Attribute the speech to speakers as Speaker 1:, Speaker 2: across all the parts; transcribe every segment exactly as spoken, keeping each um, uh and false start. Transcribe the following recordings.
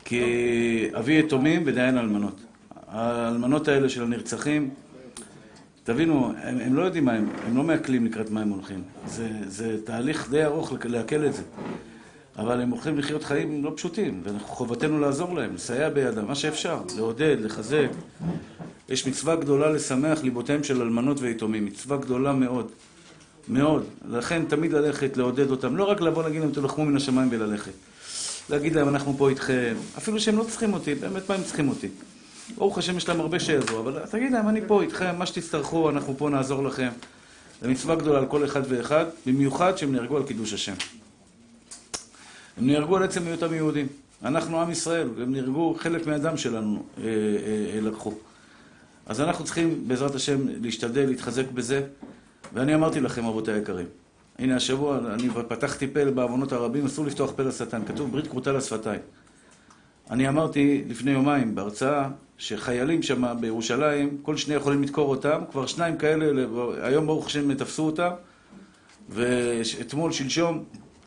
Speaker 1: כי אבי יתומים ודיין אלמנות. האלמנות האלה של הנרצחים, תבינו, הם, הם לא יודעים מה הם, הם לא מעכלים לקראת מה הם הולכים. זה, זה תהליך די ארוך להקל את זה. אבל הם הולכים לחיות חיים לא פשוטים, וחובתנו לעזור להם, לסייע בידם, מה שאפשר, לעודד, לחזק. יש מצווה גדולה לשמח ליבותיהם של אלמנות ויתומים, מצווה גדולה מאוד, מאוד. לכן תמיד ללכת, לעודד אותם, לא רק לבוא להגיד להם, תלחמו מן השמיים וללכת. להגיד להם, אנחנו פה איתכם, אפילו שהם לא צריכים אותי, באמת מה הם צריכים אותי? ברוך השם, יש להם הרבה שיעזרו, אבל תגיד להם, אני פה איתכם, מה שתצטרכו, אנחנו פה נעזור לכם. זו מצווה גדולה על כל אחד ואחד, במיוחד שהם נהרגו על קידוש השם. הם נהרגו על עצם היותם יהודים. אנחנו עם ישראל, הם נהרגו, חלק מהאדם שלנו אה, אה, אה, לקחו. אז אנחנו צריכים, בעזרת השם, להשתדל, להתחזק בזה. ואני אמרתי לכם, רבותי היקרים, הנה השבוע, אני פתחתי פה בעוונות הרבים, אסור לפתוח פה לשטן. כתוב ברית כרותה לשפתיים. אני אמרתי לפני יומיים בהרצאה, שחיילים שם בירושלים, כל שני יכולים לדקור אותם, כבר שניים כאלה, היום ברוך השם תפסו אותם, ואתמול, שלשום,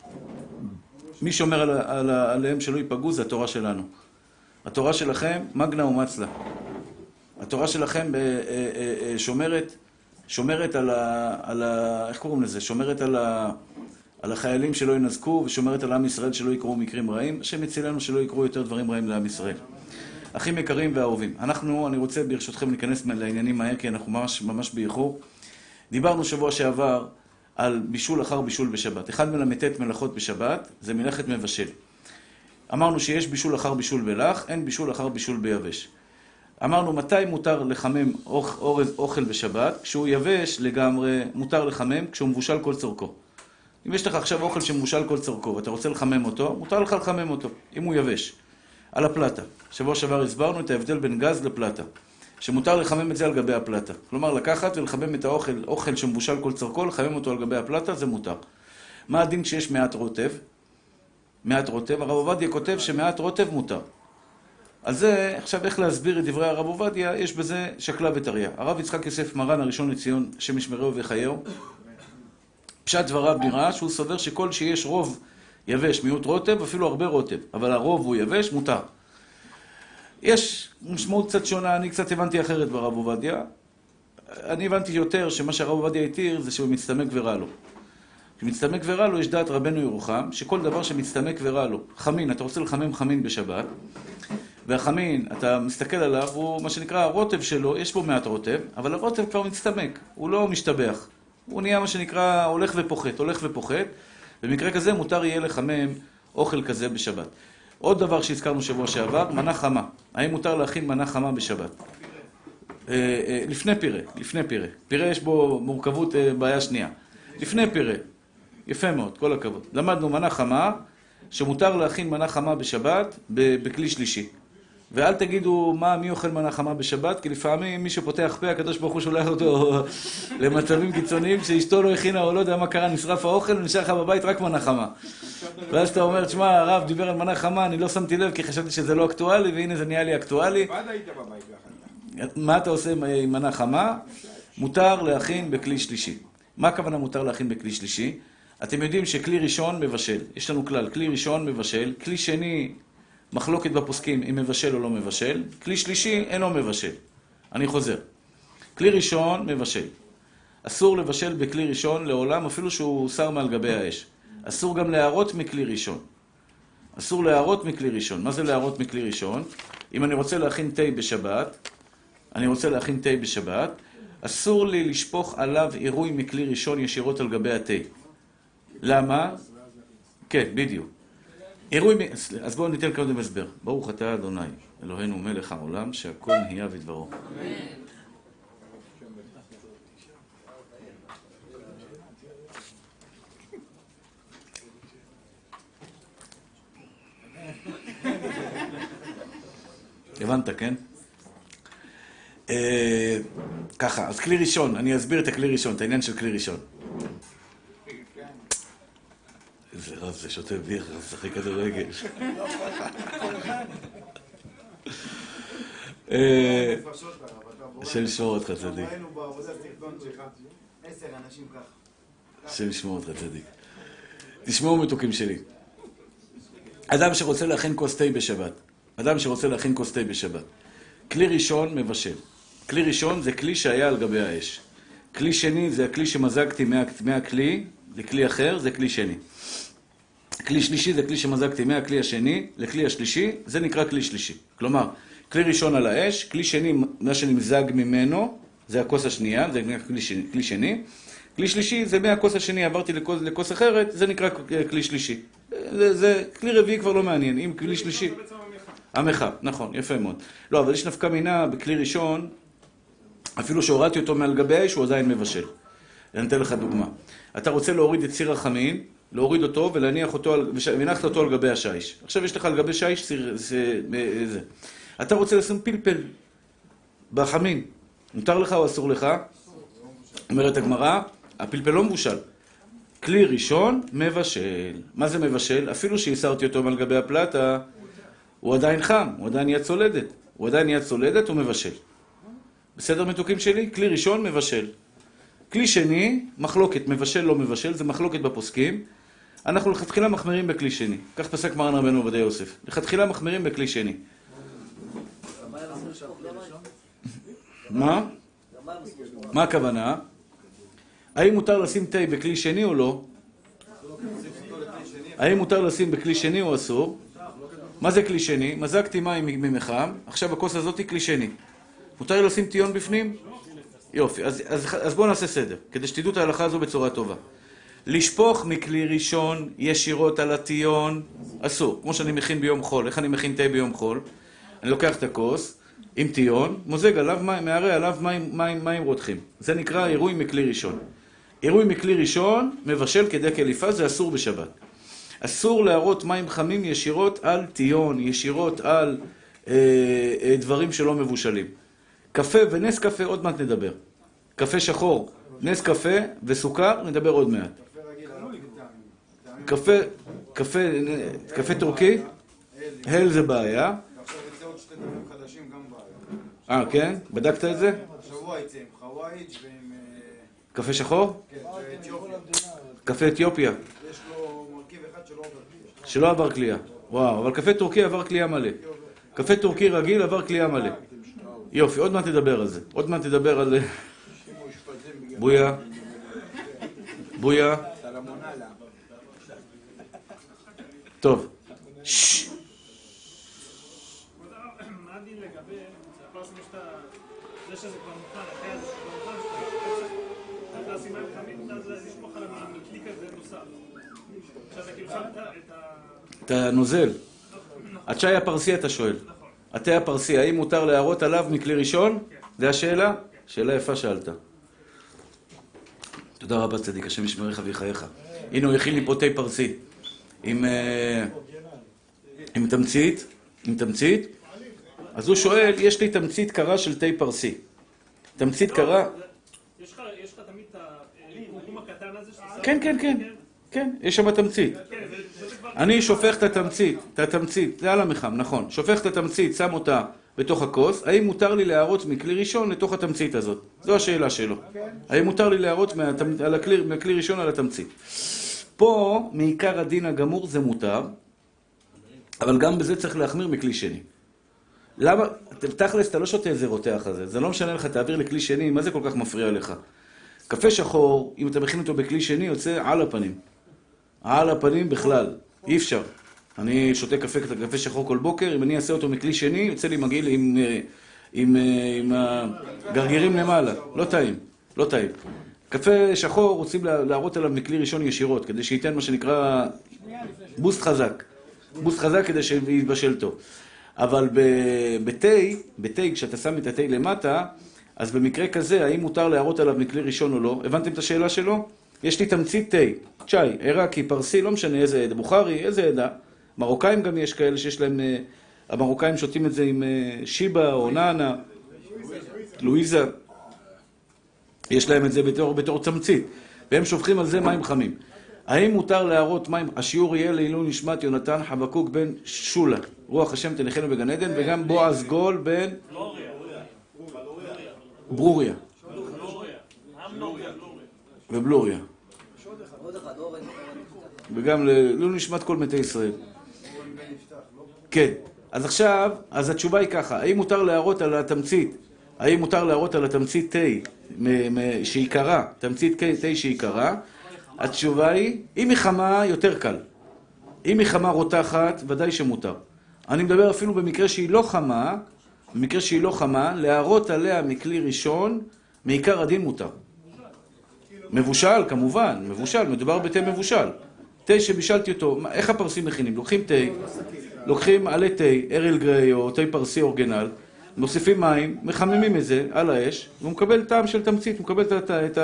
Speaker 1: מי שומר על, על, עליהם שלא ייפגעו זה התורה שלנו. התורה שלכם, מגנה ומצלה. התורה שלכם שומרת, שומרת על ה, על ה... איך קוראים לזה? שומרת על ה... על החיילים שלא ינזקו, ושומרת על עם ישראל שלא יקרו מקרים רעים, השם יצילנו שלא יקרו יותר דברים רעים לעם ישראל. אחים יקרים ואהובים, אנחנו, אני רוצה ברשותכם להיכנס לעניינים מהר, כי אנחנו ממש, ממש באיחור. דיברנו שבוע שעבר על בישול אחר בישול בשבת. אחד מל"ט מלאכות בשבת, זה מלאכת מבשל. אמרנו שיש בישול אחר בישול בלח, אין בישול אחר בישול ביבש. אמרנו מתי מותר לחמם אורז אוכל בשבת, כשהוא יבש לגמרי מותר לחמם, כשהוא מבושל כל צורכו. אם יש לך עכשיו אוכל שמבושל כל צורכו ואתה רוצה לחמם אותו, מותר לך לחמם אותו, אם הוא יבש. על הפלטה. שבוע שעבר הסברנו את ההבדל בין גז לפלטה. שמותר לחמם את זה על גבי הפלטה. כלומר, לקחת ולחמם את האוכל, אוכל שמבושל כל צורכו, לחמם אותו על גבי הפלטה, זה מותר. מה הדין כשיש מעט רוטב? מעט רוטב. הרב עובדיה כותב שמעט רוטב מותר. על זה, עכשיו איך להסביר את דברי הרב עובדיה, יש בזה שקלה וטריה. הרב יצחק יוסף מרן הראשון לציון, השם ישמרהו ויחייהו, פשט דבריו נראה שהוא סובר שכל שיש רוב יבש, מיעוט רוטב, אפילו הרבה רוטב, אבל הרוב הוא יבש, מותר. יש משמעות קצת שונה, אני קצת הבנתי אחרת ברב עובדיה. אני הבנתי יותר שמה שהרב עובדיה התיר זה שהוא מצטמק ורע לו. כשמצטמק ורע לו יש דעת רבנו ירוחם, שכל דבר שמצטמק ורע לו, חמין, אתה רוצה לחמם חמין בשבת, והחמין, אתה מסתכל עליו, הוא מה שנקרא, הרוטב שלו, יש בו מעט רוטב, אבל הרוטב כבר מצטמק, הוא לא משתבח. הוא נהיה מה שנקרא הולך ופוחת, הולך ופוחת. במקרה כזה מותר יהיה לחמם אוכל כזה בשבת. עוד דבר שהזכרנו שבוע שעבר, מנה חמה. האם מותר להכין מנה חמה בשבת? לפני פירה, לפני פירה. פירה יש בו מורכבות בעיה שנייה. לפני פירה. יפה מאוד, כל הכבוד. למדנו מנה חמה, שמותר להכין מנה חמה בשבת בכלי שלישי. ואל תגידו מה, מי אוכל מנה חמה בשבת, כי לפעמים מי שפותח פה, הקדוש ברוך הוא שולח אותו למצבים קיצוניים, שאשתו לא הכינה או לא יודע מה קרה, נשרף האוכל, ונשאר לך בבית רק מנה חמה. ואז אתה אומר, תשמע, הרב דיבר על מנה חמה, אני לא שמתי לב, כי חשבתי שזה לא אקטואלי, והנה זה נהיה לי אקטואלי. מה אתה עושה עם מנה חמה? מותר להכין בכלי שלישי. מה הכוונה מותר להכין בכלי שלישי? אתם יודעים שכלי ראשון מבשל. יש לנו כלל, כלי ראשון מבשל, כלי שני מחלוקת בפוסקים אם מבשל או לא מבשל, כלי שלישי אינו מבשל. אני חוזר. כלי ראשון מבשל. אסור לבשל בכלי ראשון לעולם, אפילו שהוא שר מעל גבי האש. אסור גם להערות מכלי ראשון. אסור להערות מכלי ראשון. מה זה להערות מכלי ראשון? אם אני רוצה להכין תה בשבת, אני רוצה להכין תה בשבת, אסור לי לשפוך עליו עירוי מכלי ראשון ישירות על גבי התה. למה? כן, בדיוק. עירוי, אז בואו ניתן קודם הסבר. ברוך אתה אדוני, אלוהינו מלך העולם, שהכל נהיה בדברו. הבנת, כן? ככה, אז כלי ראשון, אני אסביר את הכלי ראשון, את העניין של כלי ראשון. איזה רב, זה שותה ביר, זה שחק כדורגל. השם ישמור אותך צדיק. השם ישמור אותך צדיק. תשמעו מתוקים שלי. אדם שרוצה להכין כוס תה בשבת, אדם שרוצה להכין כוס תה בשבת. כלי ראשון מבשל. כלי ראשון זה כלי שהיה על גבי האש. כלי שני זה הכלי שמזגתי מה, מהכלי לכלי אחר, זה כלי שני. כלי שלישי זה כלי שמזגתי מהכלי השני לכלי השלישי, זה נקרא כלי שלישי. כלומר, כלי ראשון על האש, כלי שני, מה שנמזג ממנו, זה הכוס השנייה, זה נקרא כלי שני. כלי, שני. כלי שלישי זה מהכוס השני, עברתי לכוס, לכוס אחרת, זה נקרא כלי שלישי. זה, זה כלי רביעי כבר לא מעניין, אם כלי שלישי... המחה, נכון, יפה מאוד. לא, אבל יש נפקא מינה בכלי ראשון, אפילו שהורדתי אותו מעל גבי האש, הוא עדיין מבשל. אני אתן לך דוגמה. אתה רוצה להוריד את סיר החמין, להוריד אותו ולהניח אותו, ונחת אותו על גבי השיש. עכשיו יש לך על גבי שיש סיר, זה, זה. אתה רוצה לשים פלפל בחמין. מותר לך או אסור לך? אומרת הגמרא, הפלפל לא מבושל. כלי ראשון, מבשל. מה זה מבשל? אפילו שהסרתי אותו מעל גבי הפלטה, הוא עדיין חם, הוא עדיין יד צולדת. הוא עדיין יד צולדת, הוא מבשל. בסדר מתוקים שלי? כלי ראשון, מבשל. כלי שני, מחלוקת, מבשל לא מבשל, זה מחלוקת בפוסקים. אנחנו לכתחילה מחמירים בכלי שני. כך פסק מרן רבנו עובדיה יוסף. לכתחילה מחמירים בכלי שני. מה? מה הכוונה? האם מותר לשים תה בכלי שני או לא? האם מותר לשים בכלי שני או אסור? מה זה כלי שני? מזגתי מים ממחם, עכשיו הכוס הזאת היא כלי שני. מותר לשים טיון בפנים? יופי, אז, אז, אז בואו נעשה סדר, כדי שתדעו את ההלכה הזו בצורה טובה. לשפוך מכלי ראשון ישירות על הטיון, אסור. כמו שאני מכין ביום חול. איך אני מכין תה ביום חול? אני לוקח את הכוס עם טיון, מוזג עליו מים, מערה עליו מים, מים, מים רותחים. זה נקרא עירוי מכלי ראשון. עירוי מכלי ראשון, מבשל כדי קליפה, זה אסור בשבת. אסור להראות מים חמים ישירות על טיון, ישירות על אה, אה, דברים שלא מבושלים. קפה ונס קפה, עוד מעט נדבר. קפה שחור, נס קפה וסוכר, נדבר עוד מעט. קפה, קפה, קפה טורקי, הל זה בעיה.
Speaker 2: עכשיו יצא עוד שתי דברים חדשים גם בעיה.
Speaker 1: אה, כן? בדקת את זה?
Speaker 2: השבוע יצא עם חווייג' ועם...
Speaker 1: קפה שחור?
Speaker 2: כן, ואתיופיה.
Speaker 1: קפה אתיופיה.
Speaker 2: יש לו מרכיב אחד שלא עובר קלייה.
Speaker 1: שלא עבר קלייה. וואו, אבל קפה טורקי עבר קלייה מלא. קפה טורקי רגיל עבר קלייה מלא. יופי, עוד מעט תדבר על זה. עוד מעט תדבר על... בויה. בויה. טוב. ששש.
Speaker 3: מה הדין לגבי, שאתה עושים את זה שזה כבר מוכן, אחרי הזה שכבר מוכן, אתה עושים מים חמים, אתה לשפוך על המקלי כזה נוסף. עכשיו אתה כאילו שם את ה...
Speaker 1: את הנוזל. הצ'אי הפרסי אתה שואל. התה הפרסי, האם מותר להראות עליו מכלי ראשון? זה השאלה? שאלה יפה שאלת. תודה רבה צדיק, השם ישמרך ויחייך. הנה הוא הכין לי פה תה פרסי. עם, עם תמצית, עם תמצית. אז הוא שואל, יש לי תמצית קרה של תה פרסי. תמצית קרה...
Speaker 3: יש לך תמיד את הקורקום הקטן הזה?
Speaker 1: כן, כן, כן. כן, יש שם תמצית. אני שופך את התמצית, את התמצית, זה על המחם, נכון. שופך את התמצית, שם אותה בתוך הכוס. האם מותר לי להראות מכלי ראשון לתוך התמצית הזאת? זו השאלה שלו. האם מותר לי להראות מכלי ראשון על התמצית? פה, מעיקר הדין הגמור זה מותר, אבל גם בזה צריך להחמיר מכלי שני. למה? תכלס, אתה לא שותה איזה רותח הזה. זה לא משנה לך, תעביר לכלי שני, מה זה כל כך מפריע לך? קפה שחור, אם אתה מכין אותו בכלי שני, יוצא על הפנים. על הפנים בכלל, אי אפשר. אני שותה קפה, קפה שחור כל בוקר, אם אני אעשה אותו מכלי שני, יוצא לי מגעיל עם, עם, עם, עם הגרגירים למעלה. לא טעים, לא טעים. קפה שחור רוצים להראות עליו מכלי ראשון ישירות, כדי שייתן מה שנקרא בוסט חזק. בוסט חזק כדי שיתבשל טוב. אבל בתה, בתה, כשאתה שם את התה למטה, אז במקרה כזה, האם מותר להראות עליו מכלי ראשון או לא? הבנתם את השאלה שלו? יש לי תמצית תה, צ'אי, עיראקי, פרסי, לא משנה איזה עדה, בוכרי, איזה עדה. מרוקאים גם יש כאלה שיש להם, המרוקאים שותים את זה עם שיבה או נאנה, לואיזה. יש להם את זה בתור, בתור תמצית, והם שופכים על זה מים חמים. האם מותר להראות מים, השיעור יהיה לעילוי נשמת יונתן חבקוק בן שולה, רוח השם תניחנו בגן עדן, וגם בועז גול בן ברוריה ובלוריה, וגם לעילוי נשמת כל מתי ישראל. כן, אז עכשיו, אז התשובה היא ככה, האם מותר להראות על התמצית, האם מותר להראות על התמצית תה שהיא קרה, תמצית תה שהיא קרה? התשובה היא, אם היא חמה יותר קל. אם היא חמה רותחת, ודאי שמותר. אני מדבר אפילו במקרה שהיא לא חמה, במקרה שהיא לא חמה, להראות עליה מכלי ראשון, מעיקר הדין מותר. מבושל, כמובן, מבושל, מדובר בתה מבושל. תה שבישלתי אותו, איך הפרסים מכינים? לוקחים תה, לוקחים עלי תה, ארל גריי או תה פרסי אורגנל, מוסיפים מים, מחממים את זה על האש, והוא מקבל טעם של תמצית, הוא מקבל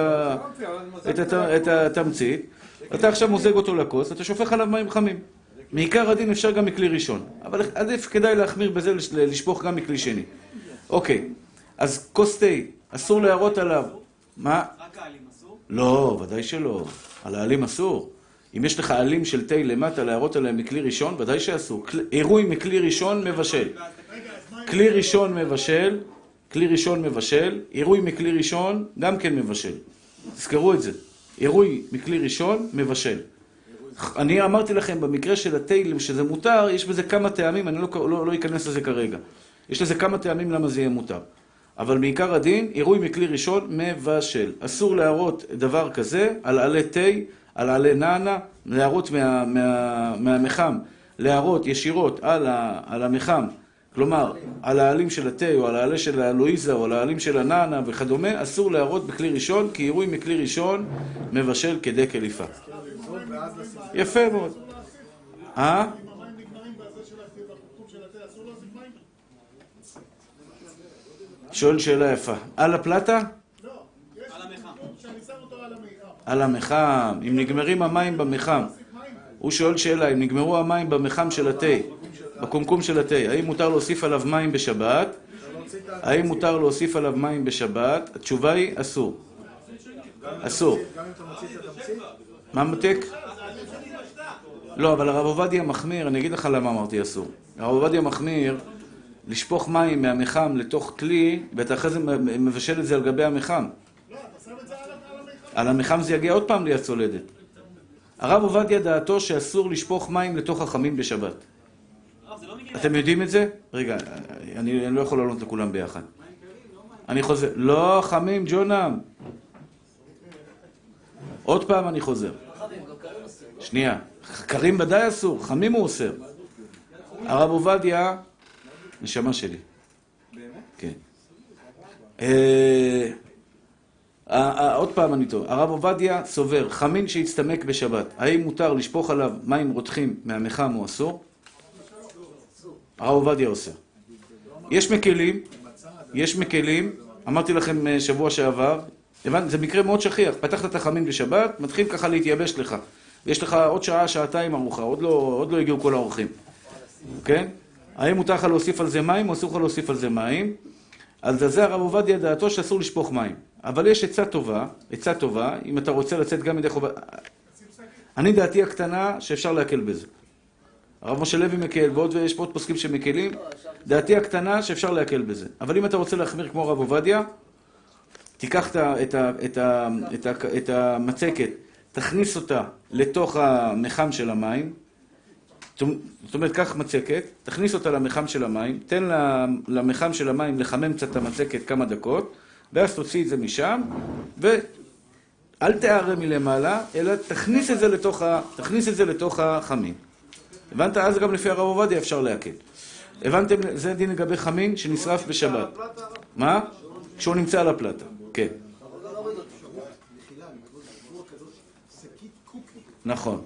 Speaker 1: את התמצית, אתה עכשיו מוזג אותו לכוס, אתה שופך עליו מים חמים. מעיקר הדין אפשר גם מכלי ראשון, אבל עדיף כדאי להחמיר בזה לשפוך גם מכלי שני. אוקיי, אז כוס תה, אסור להראות עליו. מה?
Speaker 4: רק העלים אסור?
Speaker 1: לא, ודאי שלא. על העלים אסור. אם יש לך עלים של תה למטה להראות עליהם מכלי ראשון, ודאי שאסור. עירוי מכלי ראשון מבשל. כלי ראשון מבשל, כלי ראשון מבשל, עירוי מכלי ראשון גם כן מבשל. תזכרו את זה. עירוי מכלי ראשון מבשל. אני אמרתי לכם, במקרה של התה, שזה מותר, יש בזה כמה טעמים, אני לא, לא, לא אכנס לזה כרגע. יש לזה כמה טעמים למה זה יהיה מותר. אבל בעיקר הדין, עירוי מכלי ראשון מבשל. אסור להראות דבר כזה על עלי תה, על עלי נענה, להראות מה, מה, מהמחם, להראות ישירות על, ה, על המחם, כלומר, על העלים של התה או על העלה של הלואיזה או על העלים של הנענה וכדומה, אסור להראות בכלי ראשון, כי עירוי מכלי ראשון מבשל כדי קליפה. יפה מאוד. אה? שואל שאלה יפה. על הפלטה?
Speaker 4: על המחם.
Speaker 1: על המחם. אם נגמרים המים במחם. הוא שואל שאלה, אם נגמרו המים במחם של התה, בקומקום של התה, האם מותר להוסיף עליו מים בשבת? האם מותר להוסיף עליו מים בשבת? התשובה היא אסור. אסור. מה מתק? לא, אבל הרב עובדיה מחמיר, אני אגיד לך למה אמרתי אסור. הרב עובדיה מחמיר לשפוך מים מהמחם לתוך כלי, ואתה אחרי זה מבשל את זה על גבי המחם.
Speaker 5: לא, אתה שם את זה על המחם.
Speaker 1: על המחם זה יגיע עוד פעם ליד צולדת. הרב עובדיה דעתו שאסור לשפוך מים לתוך החמים בשבת. אתם יודעים את זה? רגע, אני לא יכול לעלות לכולם ביחד. אני חוזר. לא, חמים, ג'ונם. עוד פעם אני חוזר. שנייה. קרים ודאי אסור, חמים הוא אוסר. הרב עובדיה, נשמה שלי. כן. עוד פעם אני טוב. הרב עובדיה סובר, חמין שהצטמק בשבת, האם מותר לשפוך עליו מים רותחים מהמחם או אסור? הרב עובדיה עושה. יש מקלים, יש מקלים, אמרתי לכם שבוע שעבר, זה מקרה מאוד שכיח, פתחת את החמין בשבת, מתחיל ככה להתייבש לך. יש לך עוד שעה, שעתיים ארוחה, עוד לא, עוד לא הגיעו כל האורחים. כן? האם מותר לך להוסיף על זה מים או אסור לך להוסיף על זה מים? אז זה הרב עובדיה דעתו שאסור לשפוך מים. אבל יש עצה טובה, עצה טובה, אם אתה רוצה לצאת גם ידי חובה... אני דעתי הקטנה שאפשר להקל בזה. הרב משה לוי מקל, ועוד ויש פה עוד פוסקים שמקלים, דעתי הקטנה שאפשר להקל בזה. אבל אם אתה רוצה להחמיר כמו הרב עובדיה, תיקח את, את, את, את, את, את המצקת, תכניס אותה לתוך המחם של המים, זאת אומרת, קח מצקת, תכניס אותה למחם של המים, תן למחם של המים לחמם קצת את המצקת כמה דקות, ואז תוציא את זה משם, ואל תערה מלמעלה, אלא תכניס את זה לתוך, תכניס את זה לתוך החמין. הבנת? אז גם לפי הרב עובדיה אפשר להקל. הבנתם? זה דין לגבי חמין שנשרף בשבת. מה? כשהוא נמצא על הפלטה. כן. נכון.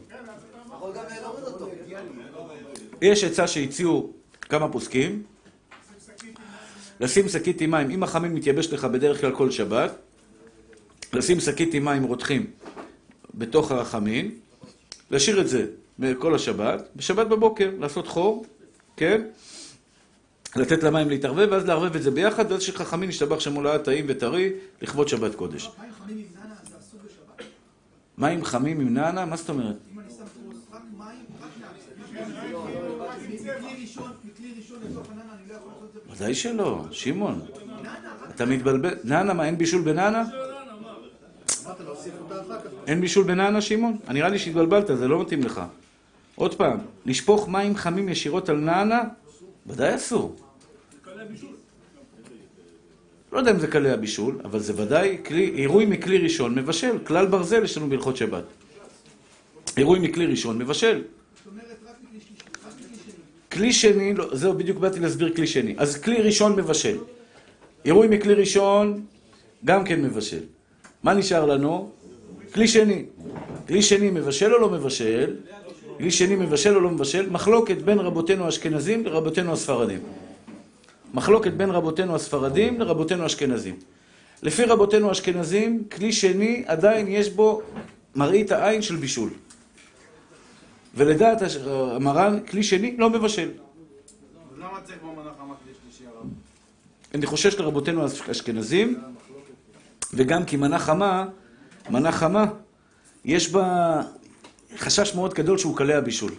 Speaker 1: יש עצה שהציעו כמה פוסקים, לשים שקית עם מים, אם החמין מתייבש לך בדרך כלל כל שבת, לשים שקית עם מים רותחים בתוך החמין, להשאיר את זה כל השבת, בשבת בבוקר לעשות חור, כן? לתת למים להתערבב, ואז לערבב את זה ביחד, ואז שחמין ישתבח שמולאה טעים וטרי לכבוד שבת קודש.
Speaker 5: מים חמים עם נענה זה אסור בשבת?
Speaker 1: מים חמים עם נענה? מה זאת אומרת?
Speaker 5: אם אני שם רק מים, רק נענה. מכלי ראשון, מכלי ראשון לתוך הנענה, אני לא יכול לעשות את זה.
Speaker 1: ודאי שלא, שמעון. אתה מתבלבל. נענה, מה, אין בישול בנענה?
Speaker 5: אמרת להוסיף אותה אחר כך.
Speaker 1: אין בישול בנענה, שמעון? נראה לי שהתבלבלת, זה לא מתאים לך. עוד פעם, לשפוך מים חמים ישירות על נענה, ודאי אסור. לא יודע אם זה קלי הבישול, אבל זה ודאי כלי, עירוי מכלי ראשון מבשל. כלל ברזל יש לנו בהלכות שבת. עירוי מכלי ראשון מבשל.
Speaker 5: זאת אומרת, רק מכלי שלישי, רק מכלי שני.
Speaker 1: כלי שני, לא, זהו, בדיוק באתי להסביר כלי שני. אז כלי ראשון מבשל. עירוי מכלי ראשון גם כן מבשל. מה נשאר לנו? כלי שני. כלי שני מבשל או לא מבשל? כלי שני מבשל או לא מבשל? מחלוקת בין רבותינו האשכנזים לרבותינו הספרדים. מחלוקת בין רבותינו הספרדים לרבותינו האשכנזים. לפי רבותינו האשכנזים, כלי שני עדיין יש בו מראית העין של בישול. ולדעת המרן, כלי שני לא מבשל.
Speaker 2: אז למה צריך במנה חמה כלי שלישי הרב?
Speaker 1: אני חושש לרבותינו האשכנזים, וגם כי מנה חמה, מנה חמה, יש בה חשש מאוד גדול שהוא קלה הבישול.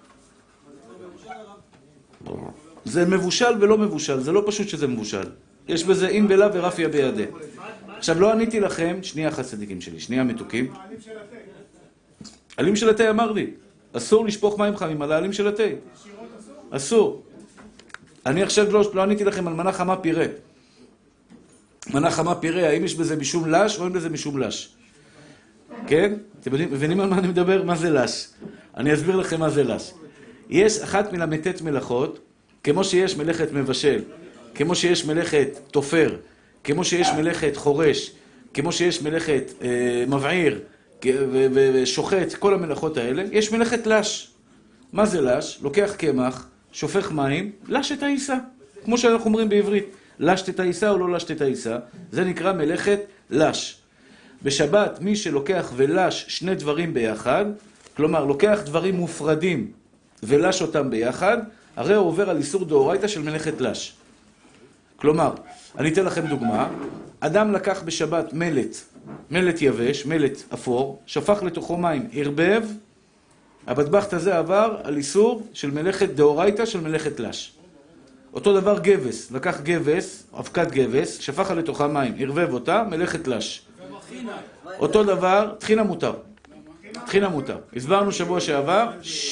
Speaker 1: זה מבושל ולא מבושל, זה לא פשוט שזה מבושל. יש בזה אין בלה ורפיה בידה. עכשיו לא עניתי לכם, שנייה אחת צדיקים שלי, שנייה מתוקים. העלים של התה אמר לי, אסור לשפוך מים חמים על העלים של התה. אסור. אני עכשיו לא, לא עניתי לכם על מנה חמה פירה. מנה חמה פירה, האם יש בזה משום לש או אין בזה משום לש? כן? אתם יודעים, מבינים על מה אני מדבר? מה זה לש? אני אסביר לכם מה זה לש. יש אחת מל"ט מלאכות, כמו שיש מלאכת מבשל, כמו שיש מלאכת תופר, כמו שיש מלאכת חורש, כמו שיש מלאכת אה, מבעיר ושוחט, כל המלאכות האלה, יש מלאכת לש. מה זה לש? לוקח קמח, שופך מים, לש את העיסה. כמו שאנחנו אומרים בעברית, לשת את העיסה או לא לשת את העיסה, זה נקרא מלאכת לש. בשבת מי שלוקח ולש שני דברים ביחד, כלומר לוקח דברים מופרדים ולש אותם ביחד, הרי הוא עובר על איסור דאורייתא של מלאכת לש. כלומר, אני אתן לכם דוגמה, אדם לקח בשבת מלט, מלט יבש, מלט אפור, שפך לתוכו מים, ערבב, הבטבחת הזה עבר על איסור של מלאכת דאורייתא של מלאכת לש. אותו דבר גבס, לקח גבס, אבקת גבס, שפך לתוכה מים, ערבב אותה, מלאכת לש. אותו דבר, תחינה מותר. תחינה מותר. הסברנו שבוע שעבר,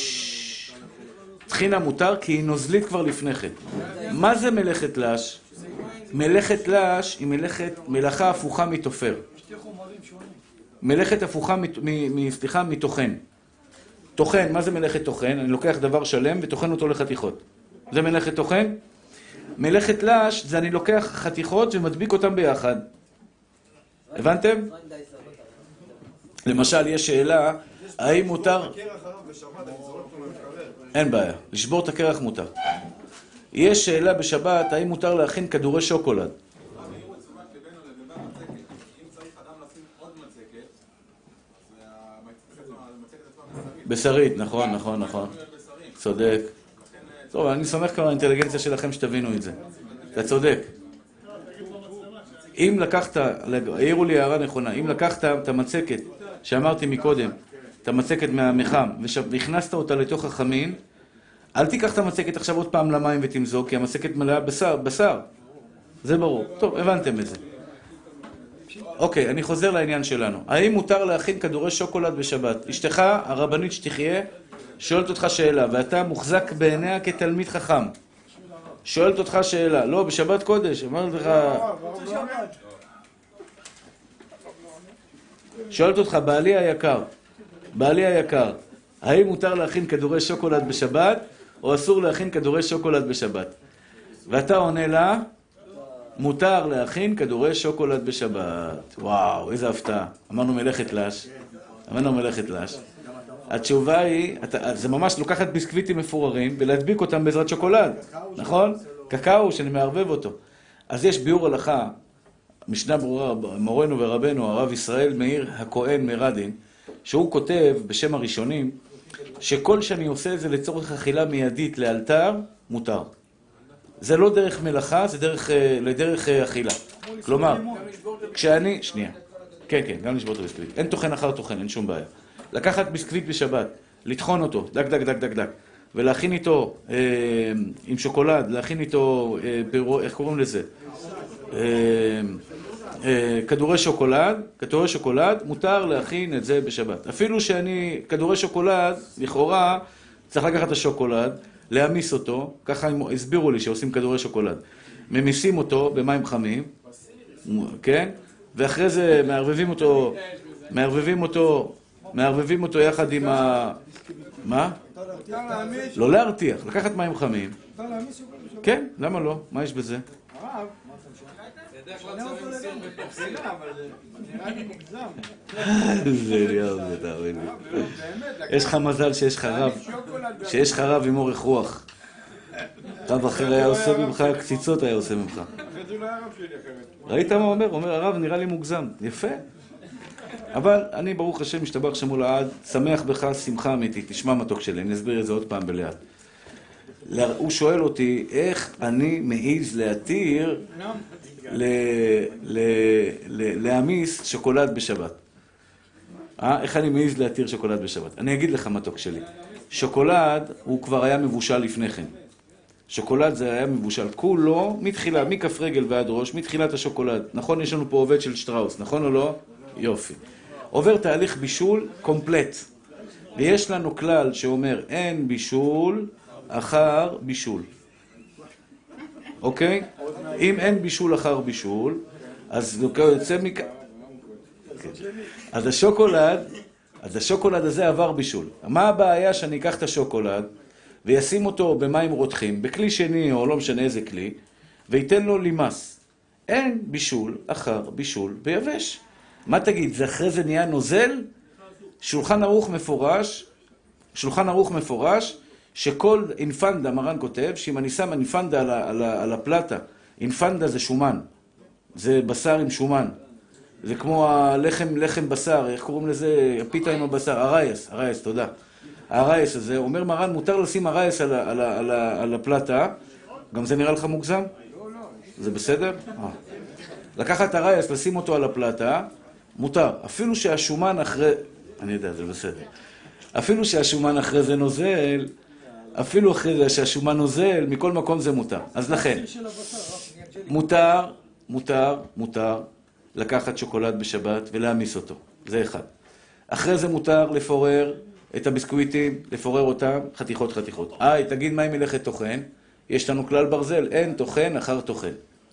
Speaker 1: תחינה מותר כי היא נוזלית כבר לפני כן. מה זה מלאכת לש? מלאכת לש היא מלאכת, מלאכה הפוכה מתופר. מלאכת הפוכה, סליחה, מתוכן. תוכן, מה זה מלאכת תוכן? אני לוקח דבר שלם וטוחן אותו לחתיכות. זה מלאכת תוכן? מלאכת לש זה אני לוקח חתיכות ומדביק אותם ביחד. הבנתם? למשל, יש שאלה, האם מותר... אין בעיה, לשבור את הקרח מותר. יש שאלה בשבת, האם מותר להכין כדורי שוקולד? בשרית, נכון, נכון, נכון. צודק. טוב, אני סומך כבר על האינטליגנציה שלכם שתבינו את זה. אתה צודק. אם לקחת, העירו לי הערה נכונה, אם לקחת את המצקת שאמרתי מקודם, את המצקת מהמחם, והכנסת אותה לתוך החמין, אל תיקח את המצקת עכשיו עוד פעם למים ותמזוג, כי המצקת מלאה בשר, בשר. זה ברור. טוב, הבנתם את זה. אוקיי, אני חוזר לעניין שלנו. האם מותר להכין כדורי שוקולד בשבת? אשתך, הרבנית שתחיה, שואלת אותך שאלה, ואתה מוחזק בעיניה כתלמיד חכם. שואלת אותך שאלה, לא, בשבת קודש, אמרת לך... שואלת אותך, בעלי היקר, בעלי היקר, האם מותר להכין כדורי שוקולד בשבת, או אסור להכין כדורי שוקולד בשבת? ואתה עונה לה, מותר להכין כדורי שוקולד בשבת. וואו, איזה הפתעה. אמרנו מלאכת לש. אמרנו מלאכת לש. התשובה היא, אתה, זה ממש לוקחת ביסקוויטים מפוררים ולהדביק אותם בעזרת שוקולד, נכון? קקאו שאני מערבב אותו. אז יש ביאור הלכה, משנה ברורה, מורנו ורבנו, הרב ישראל מאיר הכהן מרדין, שהוא כותב בשם הראשונים, שכל שאני עושה זה לצורך אכילה מיידית לאלתר, מותר. זה לא דרך מלאכה, זה דרך, לדרך אכילה. כלומר, כשאני... שנייה. כן, כן, גם לשבור את הביסקוויט. אין תוכן אחר תוכן, אין שום בעיה. לקחת ביסקוויט בשבת, לטחון אותו, דק דק דק דק דק, ולהכין איתו אה, עם שוקולד, להכין איתו, אה, פירו, איך קוראים לזה? אה, אה, כדורי שוקולד, כדורי שוקולד, מותר להכין את זה בשבת. אפילו שאני, כדורי שוקולד, לכאורה, צריך לקחת את השוקולד, להמיס אותו, ככה הם הסבירו לי שעושים כדורי שוקולד. ממיסים אותו במים חמים, כן? ואחרי זה מערבבים אותו, מערבבים אותו, מערבבים אותו יחד עם ה... מה? לא להרתיח, לקחת מים חמים. כן, למה לא? מה יש בזה? זה אליהו, זה תאמין לי. יש לך מזל שיש לך רב, שיש לך רב עם אורך רוח. רב אחר היה עושה ממך, קציצות היה עושה ממך. ראית מה אומר? אומר הרב נראה לי מוגזם. יפה. אבל אני ברוך השם משתבח שמו לעד, שמח בך שמחה אמיתית. תשמע מתוק שלי, אני אסביר את זה עוד פעם בלעד. הוא שואל אותי איך אני מעיז להתיר להמיס שוקולד בשבת. איך אני מעיז להתיר שוקולד בשבת? אני אגיד לך מתוק שלי. שוקולד הוא כבר היה מבושל לפני כן. שוקולד זה היה מבושל כולו, מתחילה, מכף רגל ועד ראש, מתחילת השוקולד. נכון, יש לנו פה עובד של שטראוס, נכון או לא? יופי. עובר תהליך בישול קומפלט. ויש לנו כלל שאומר אין בישול אחר בישול. אוקיי? אם אין בישול אחר בישול, אז יוצא מכ... אז השוקולד, אז השוקולד הזה עבר בישול. מה הבעיה שאני אקח את השוקולד וישים אותו במים רותחים, בכלי שני או לא משנה איזה כלי, ויתן לו לימס? אין בישול אחר בישול ביבש. מה תגיד, זה אחרי זה נהיה נוזל? שולחן ערוך מפורש, שולחן ערוך מפורש, שכל אינפנדה, מרן כותב, שאם אני שם אינפנדה על, על, על הפלטה, אינפנדה זה שומן, זה בשר עם שומן, זה כמו הלחם, לחם בשר, איך קוראים לזה? הפיתה עם הבשר, הרייס, הרייס, תודה. הרייס הזה, אומר מרן, מותר לשים הרייס על, על, על, על הפלטה, גם זה נראה לך מוגזם? זה בסדר? אה. לקחת הרייס, לשים אותו על הפלטה, מותר, אפילו שהשומן אחרי, אני יודע, זה בסדר. אפילו שהשומן אחרי זה נוזל, אפילו אחרי זה שהשומן נוזל, מכל מקום זה מותר. אז לכן, מותר, מותר, מותר לקחת שוקולד בשבת ולהמיס אותו. זה אחד. אחרי זה מותר לפורר את הביסקוויטים, לפורר אותם חתיכות חתיכות. איי, תגיד מה עם מלאכת טוחן? יש לנו כלל ברזל, אין טוחן אחר טוחן.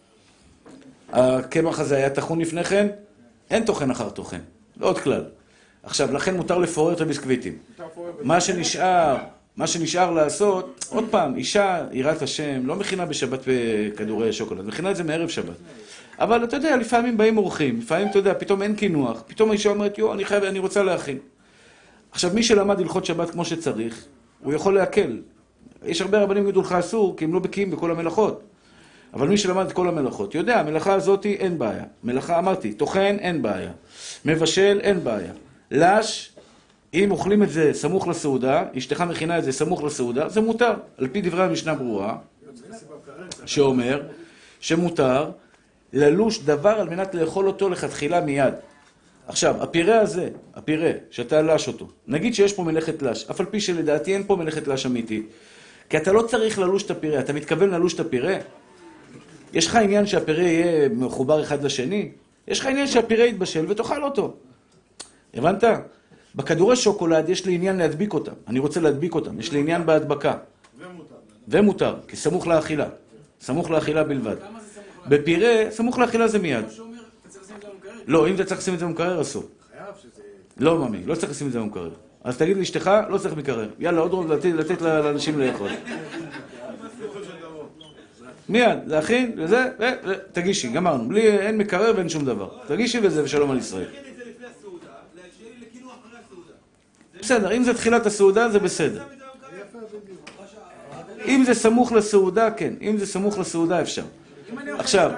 Speaker 1: הקמח הזה היה טחון לפני כן? אין טוחן אחר טוחן. לא עוד כלל. עכשיו, לכן מותר לפורר את הביסקוויטים. מה שנשאר, מה שנשאר לעשות, עוד פעם, אישה, יראת השם, לא מכינה בשבת בכדורי שוקולד, מכינה את זה מערב שבת. אבל אתה יודע, לפעמים באים אורחים, לפעמים אתה יודע, פתאום אין קינוח, פתאום האישה אומרת, יו, אני חייב, אני רוצה להכין. עכשיו, מי שלמד הלכות שבת כמו שצריך, הוא יכול להקל. יש הרבה רבנים יגידו לך אסור, כי הם לא בקיאים בכל המלאכות. אבל מי שלמד את כל המלאכות, יודע, המלאכה הזאת אין בעיה. מלאכה, אמרתי, טוחן אין בעיה. מבשל אין בעיה. לש, אם אוכלים את זה סמוך לסעודה, אשתך מכינה את זה סמוך לסעודה, זה מותר. על פי דברי המשנה ברורה, שאומר שמותר ללוש דבר על מנת לאכול אותו לכתחילה מיד. עכשיו, הפירה הזה, הפירה, שאתה לש אותו, נגיד שיש פה מלאכת לש, אף על פי שלדעתי אין פה מלאכת לש אמיתית, כי אתה לא צריך ללוש את הפירה, אתה מתכוון ללוש את הפירה? יש לך עניין שהפירה יהיה מחובר אחד לשני? יש לך עניין שהפירה יתבשל ותאכל אותו. הבנת? בכדורי שוקולד יש לי עניין להדביק אותם. אני רוצה להדביק אותם. יש לי עניין בהדבקה.
Speaker 2: ומותר.
Speaker 1: ומותר, כי סמוך לאכילה. סמוך לאכילה בלבד. בפירה, סמוך לאכילה זה מיד. לא, אם אתה צריך לשים את זה במקרר, אסור.
Speaker 2: חייב שזה...
Speaker 1: לא, ממי, לא צריך לשים את זה במקרר. אז תגיד לאשתך, לא צריך מקרר. יאללה, עוד רוב לתת לאנשים לאכול. מיד, להכין, וזה, ותגישי, גמרנו. בלי, אין מקרר ואין שום דבר. תגישי וזה, ושלום על ישראל. בסדר, אם זה תחילת הסעודה, זה בסדר. אם זה סמוך לסעודה, כן. אם זה סמוך לסעודה, אפשר. עכשיו,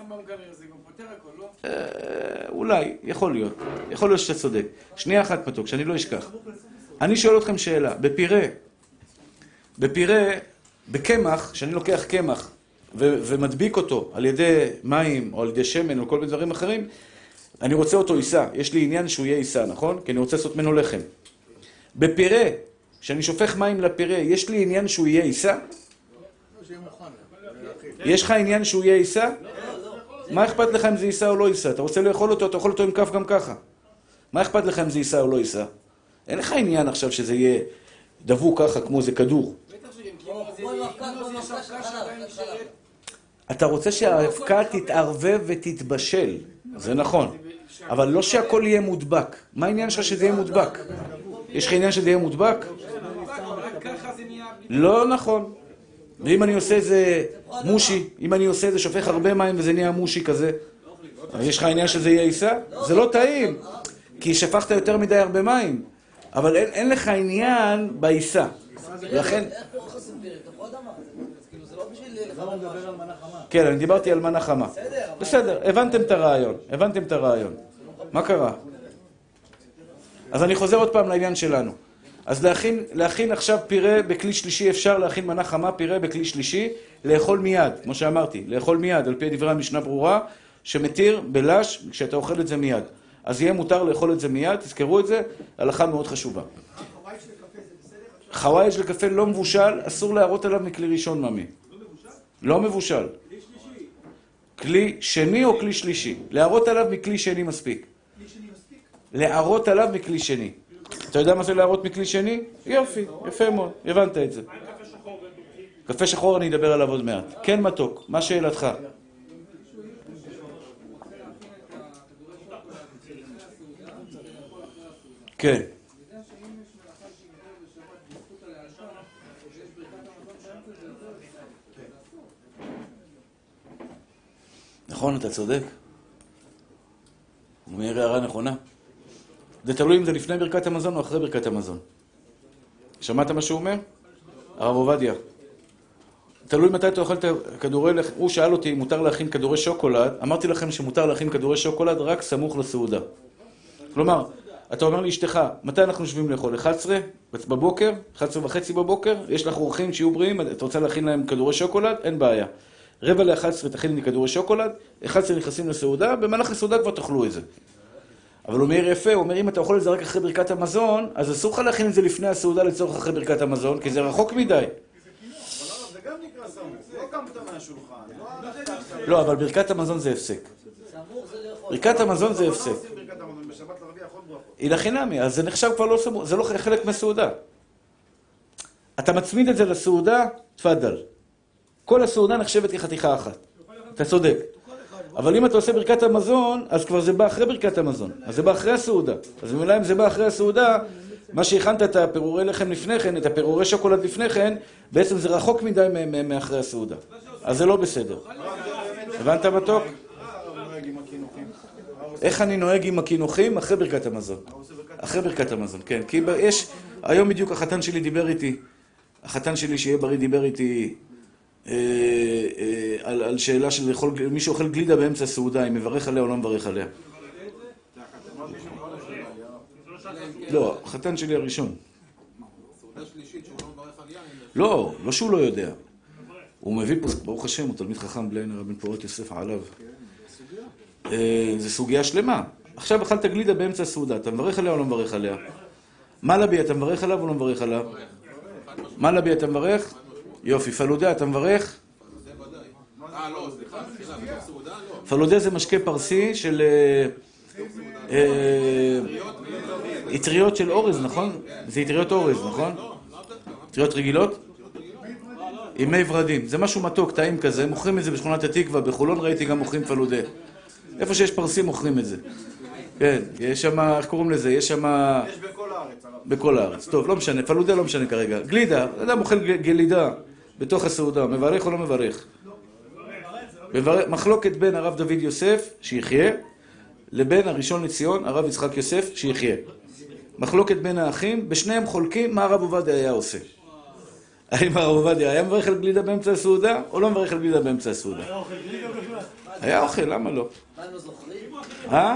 Speaker 1: אולי, יכול להיות. יכול להיות שאתה צודק. שנייה אחת מתוק, שאני לא אשכח. אני שואל אתכם שאלה. בפירה, בפירה, בקמח, שאני לוקח קמח ומדביק אותו על ידי מים או על ידי שמן או כל מיני דברים אחרים, אני רוצה אותו עיסה. יש לי עניין שהוא יהיה עיסה, נכון? כי אני רוצה לעשות ממנו לחם. בפירה, כשאני שופך מים לפירה, יש לי עניין שהוא יהיה עיסה? יש לך עניין שהוא יהיה עיסה? מה אכפת לך אם זה עיסה או לא עיסה? אתה רוצה לאכול אותו, אתה אוכל אותו עם כף גם ככה. מה אכפת לך אם זה עיסה או לא עיסה? אין לך עניין עכשיו שזה יהיה דבוק ככה כמו זה כדור.
Speaker 4: בטח שגם כי
Speaker 6: כמו עם אבקה, כמו עם אבקה של חלב, של חלב.
Speaker 1: אתה רוצה שהאבקה תתערבב ותתבשל, זה נכון. אבל לא שהכל יהיה מודבק. מה העניין שלך שזה יהיה מודבק? יש לך עניין שזה יהיה מודבק? לא נכון. ואם אני עושה איזה מושי, אם אני עושה איזה שופך הרבה מים וזה נהיה מושי כזה, יש לך עניין שזה יהיה עיסה? זה לא טעים, כי שפכת יותר מדי הרבה מים. אבל אין, אין לך עניין בעיסה. לכן...
Speaker 6: איך פה חסים פירק? אתה עוד אמר, כאילו זה לא בשביל לחמם משהו.
Speaker 1: כן, אני דיברתי על מנה חמה. בסדר, הבנתם את הרעיון, הבנתם את הרעיון. מה קרה? אז אני חוזר עוד פעם לעניין שלנו. אז להכין, להכין עכשיו פירה בכלי שלישי, אפשר להכין מנה חמה, פירה בכלי שלישי, לאכול מיד, כמו שאמרתי, לאכול מיד, על פי דברי המשנה ברורה, שמתיר בלש כשאתה אוכל את זה מיד. אז יהיה מותר לאכול את זה מיד, תזכרו את זה, הלכה מאוד חשובה. חווייג' לקפה לא מבושל, אסור להראות עליו מכלי ראשון, ממי. לא מבושל. כלי שני או כלי שלישי? להראות עליו מכלי שני מספיק. להראות עליו מכלי שני. אתה יודע מה זה להראות מכלי שני? יופי, יפה מאוד, הבנת את זה. קפה שחור אני אדבר עליו עוד מעט. כן מתוק, מה שאלתך? כן. נכון, אתה צודק. הוא מעיר הערה נכונה. זה תלוי אם זה לפני ברכת המזון או אחרי ברכת המזון. שמעת מה שהוא אומר? הרב עובדיה. תלוי מתי אתה אוכל את הכדורי... הוא שאל אותי אם מותר להכין כדורי שוקולד. אמרתי לכם שמותר להכין כדורי שוקולד רק סמוך לסעודה. כלומר, אתה אומר לאשתך, מתי אנחנו יושבים לאכול? אחת עשרה בבוקר? אחת עשרה וחצי בבוקר? יש לך אורחים שיהיו בריאים? אתה רוצה להכין להם כדורי שוקולד? אין בעיה. רבע ל-אחת עשרה תכין לי כדורי שוקולד, אחת עשרה נכנסים לסעודה, במהלך הסעודה כבר תאכלו את זה. אבל הוא אומר יפה, הוא אומר אם אתה אוכל את זה רק אחרי ברכת המזון, אז אסור לך להכין את זה לפני הסעודה לצורך אחרי ברכת המזון, כי זה רחוק מדי.
Speaker 2: זה גם נקרא סמוך, לא קמת מהשולחן.
Speaker 1: לא, אבל ברכת המזון זה הפסק. ברכת המזון זה הפסק. היא לחינמי, אז זה נחשב כבר לא סמוך, זה לא חלק מהסעודה. אתה מצמיד את זה לסעודה, תפדל. כל הסעודה נחשבת כחתיכה אחת. אתה צודק. אבל אם אתה עושה ברכת המזון, אז כבר זה בא אחרי ברכת המזון. אז זה בא אחרי הסעודה. אז במילה אם זה בא אחרי הסעודה, מה שהכנת את הפירורי לחם לפני כן, את הפירורי שוקולד לפני כן, בעצם זה רחוק מדי מאחרי הסעודה. אז זה לא בסדר. הבנת מתוק? איך אני נוהג עם הכינוחים? אחרי ברכת המזון. אחרי ברכת המזון, כן. כי יש, היום בדיוק החתן שלי דיבר איתי, החתן שלי שיהיה בריא דיבר איתי, על, על שאלה של לאכול, מי שאוכל גלידה באמצע הסעודה, אם מברך עליה או לא מברך עליה. לא, החתן שלי הראשון. לא, לא שהוא לא יודע. הוא מביא פה, ברוך השם, הוא תלמיד חכם בלי עין הרב בן פורת יוסף עליו. זה סוגיה שלמה. עכשיו אכלת גלידה באמצע הסעודה, אתה מברך עליה או לא מברך עליה? מה לבי, אתה מברך עליו או לא מברך עליו? מה לבי, אתה מברך? יופי, פלודה, אתה מברך?
Speaker 7: אה, לא, סליחה, סליחה, סעודה, לא.
Speaker 1: פלודה זה משקה פרסי של... יטריות של אורז, נכון? זה יטריות אורז, נכון? יטריות רגילות? עם מי ורדים. זה משהו מתוק, טעים כזה. מוכרים את זה בשכונת התקווה, בחולון ראיתי גם מוכרים פלודה. איפה שיש פרסים מוכרים את זה. כן, יש שם, איך קוראים לזה? יש שם...
Speaker 2: יש בכל הארץ.
Speaker 1: בכל הארץ. טוב, לא משנה, פלודה לא משנה כרגע. גלידה, אדם אוכל גלידה בתוך הסעודה, מברך או לא מברך? מחלוקת בין הרב דוד יוסף, שיחיה, לבין הראשון לציון, הרב יצחק יוסף, שיחיה. מחלוקת בין האחים, בשניהם חולקים מה הרב עובדיה היה עושה. האם הרב עובדיה היה מברך על גלידה באמצע הסעודה, או לא מברך על גלידה באמצע הסעודה? היה אוכל גלידה בכלל. היה אוכל, למה לא?
Speaker 6: מה הם לא זוכרים?
Speaker 1: אה?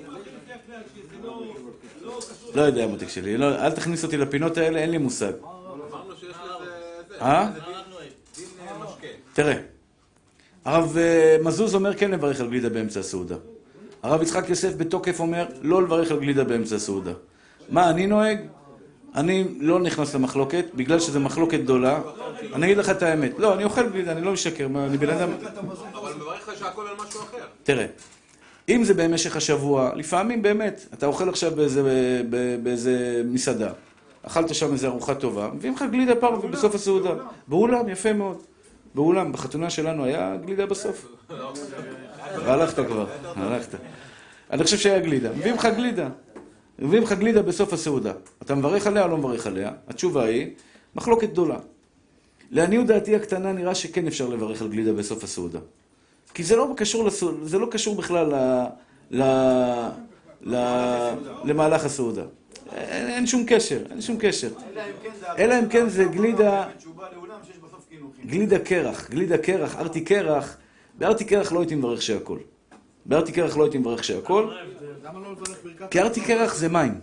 Speaker 1: לא יודע, מותק שלי, אל תכניס אותי לפינות האלה, אין לי מושג.
Speaker 7: אמרנו שיש לזה...
Speaker 1: אה?
Speaker 7: דין משקה.
Speaker 1: תראה, הרב מזוז אומר כן לברך על גלידה באמצע הסעודה. הרב יצחק יוסף בתוקף אומר לא לברך על גלידה באמצע הסעודה. מה אני נוהג? אני לא נכנס למחלוקת, בגלל שזה מחלוקת גדולה. אני אגיד לך את האמת. לא, אני אוכל גלידה, אני לא משקר, אני בן אדם...
Speaker 7: אבל מברך לך שהכל על משהו אחר.
Speaker 1: תראה, אם זה במשך השבוע, לפעמים באמת, אתה אוכל עכשיו באיזה, באיזה מסעדה, אכלת שם איזו ארוחה טובה, מביאים לך גלידה פרווה בסוף הסעודה. באולם, יפה מאוד. באולם, בחתונה שלנו היה גלידה בסוף. והלכת כבר, הלכת. אני חושב שהיה גלידה. מביאים לך גלידה. מביאים לך גלידה בסוף הסעודה. אתה מברך עליה או לא מברך עליה? התשובה היא, מחלוקת גדולה. לעניות דעתי הקטנה נראה שכן אפשר לברך על גלידה בסוף הסעודה. כי זה לא קשור, לסעודה, זה לא קשור בכלל ל, ל, ל, למהלך הסעודה. אין, אין שום קשר, אין שום קשר. אלא אם כן זה גלידה, גלידה קרח, גלידה קרח, ארתי קרח. בארתי קרח לא הייתי מברך שהכל. בארתי קרח לא הייתי מברך שהכל. כי ארתי קרח זה מים.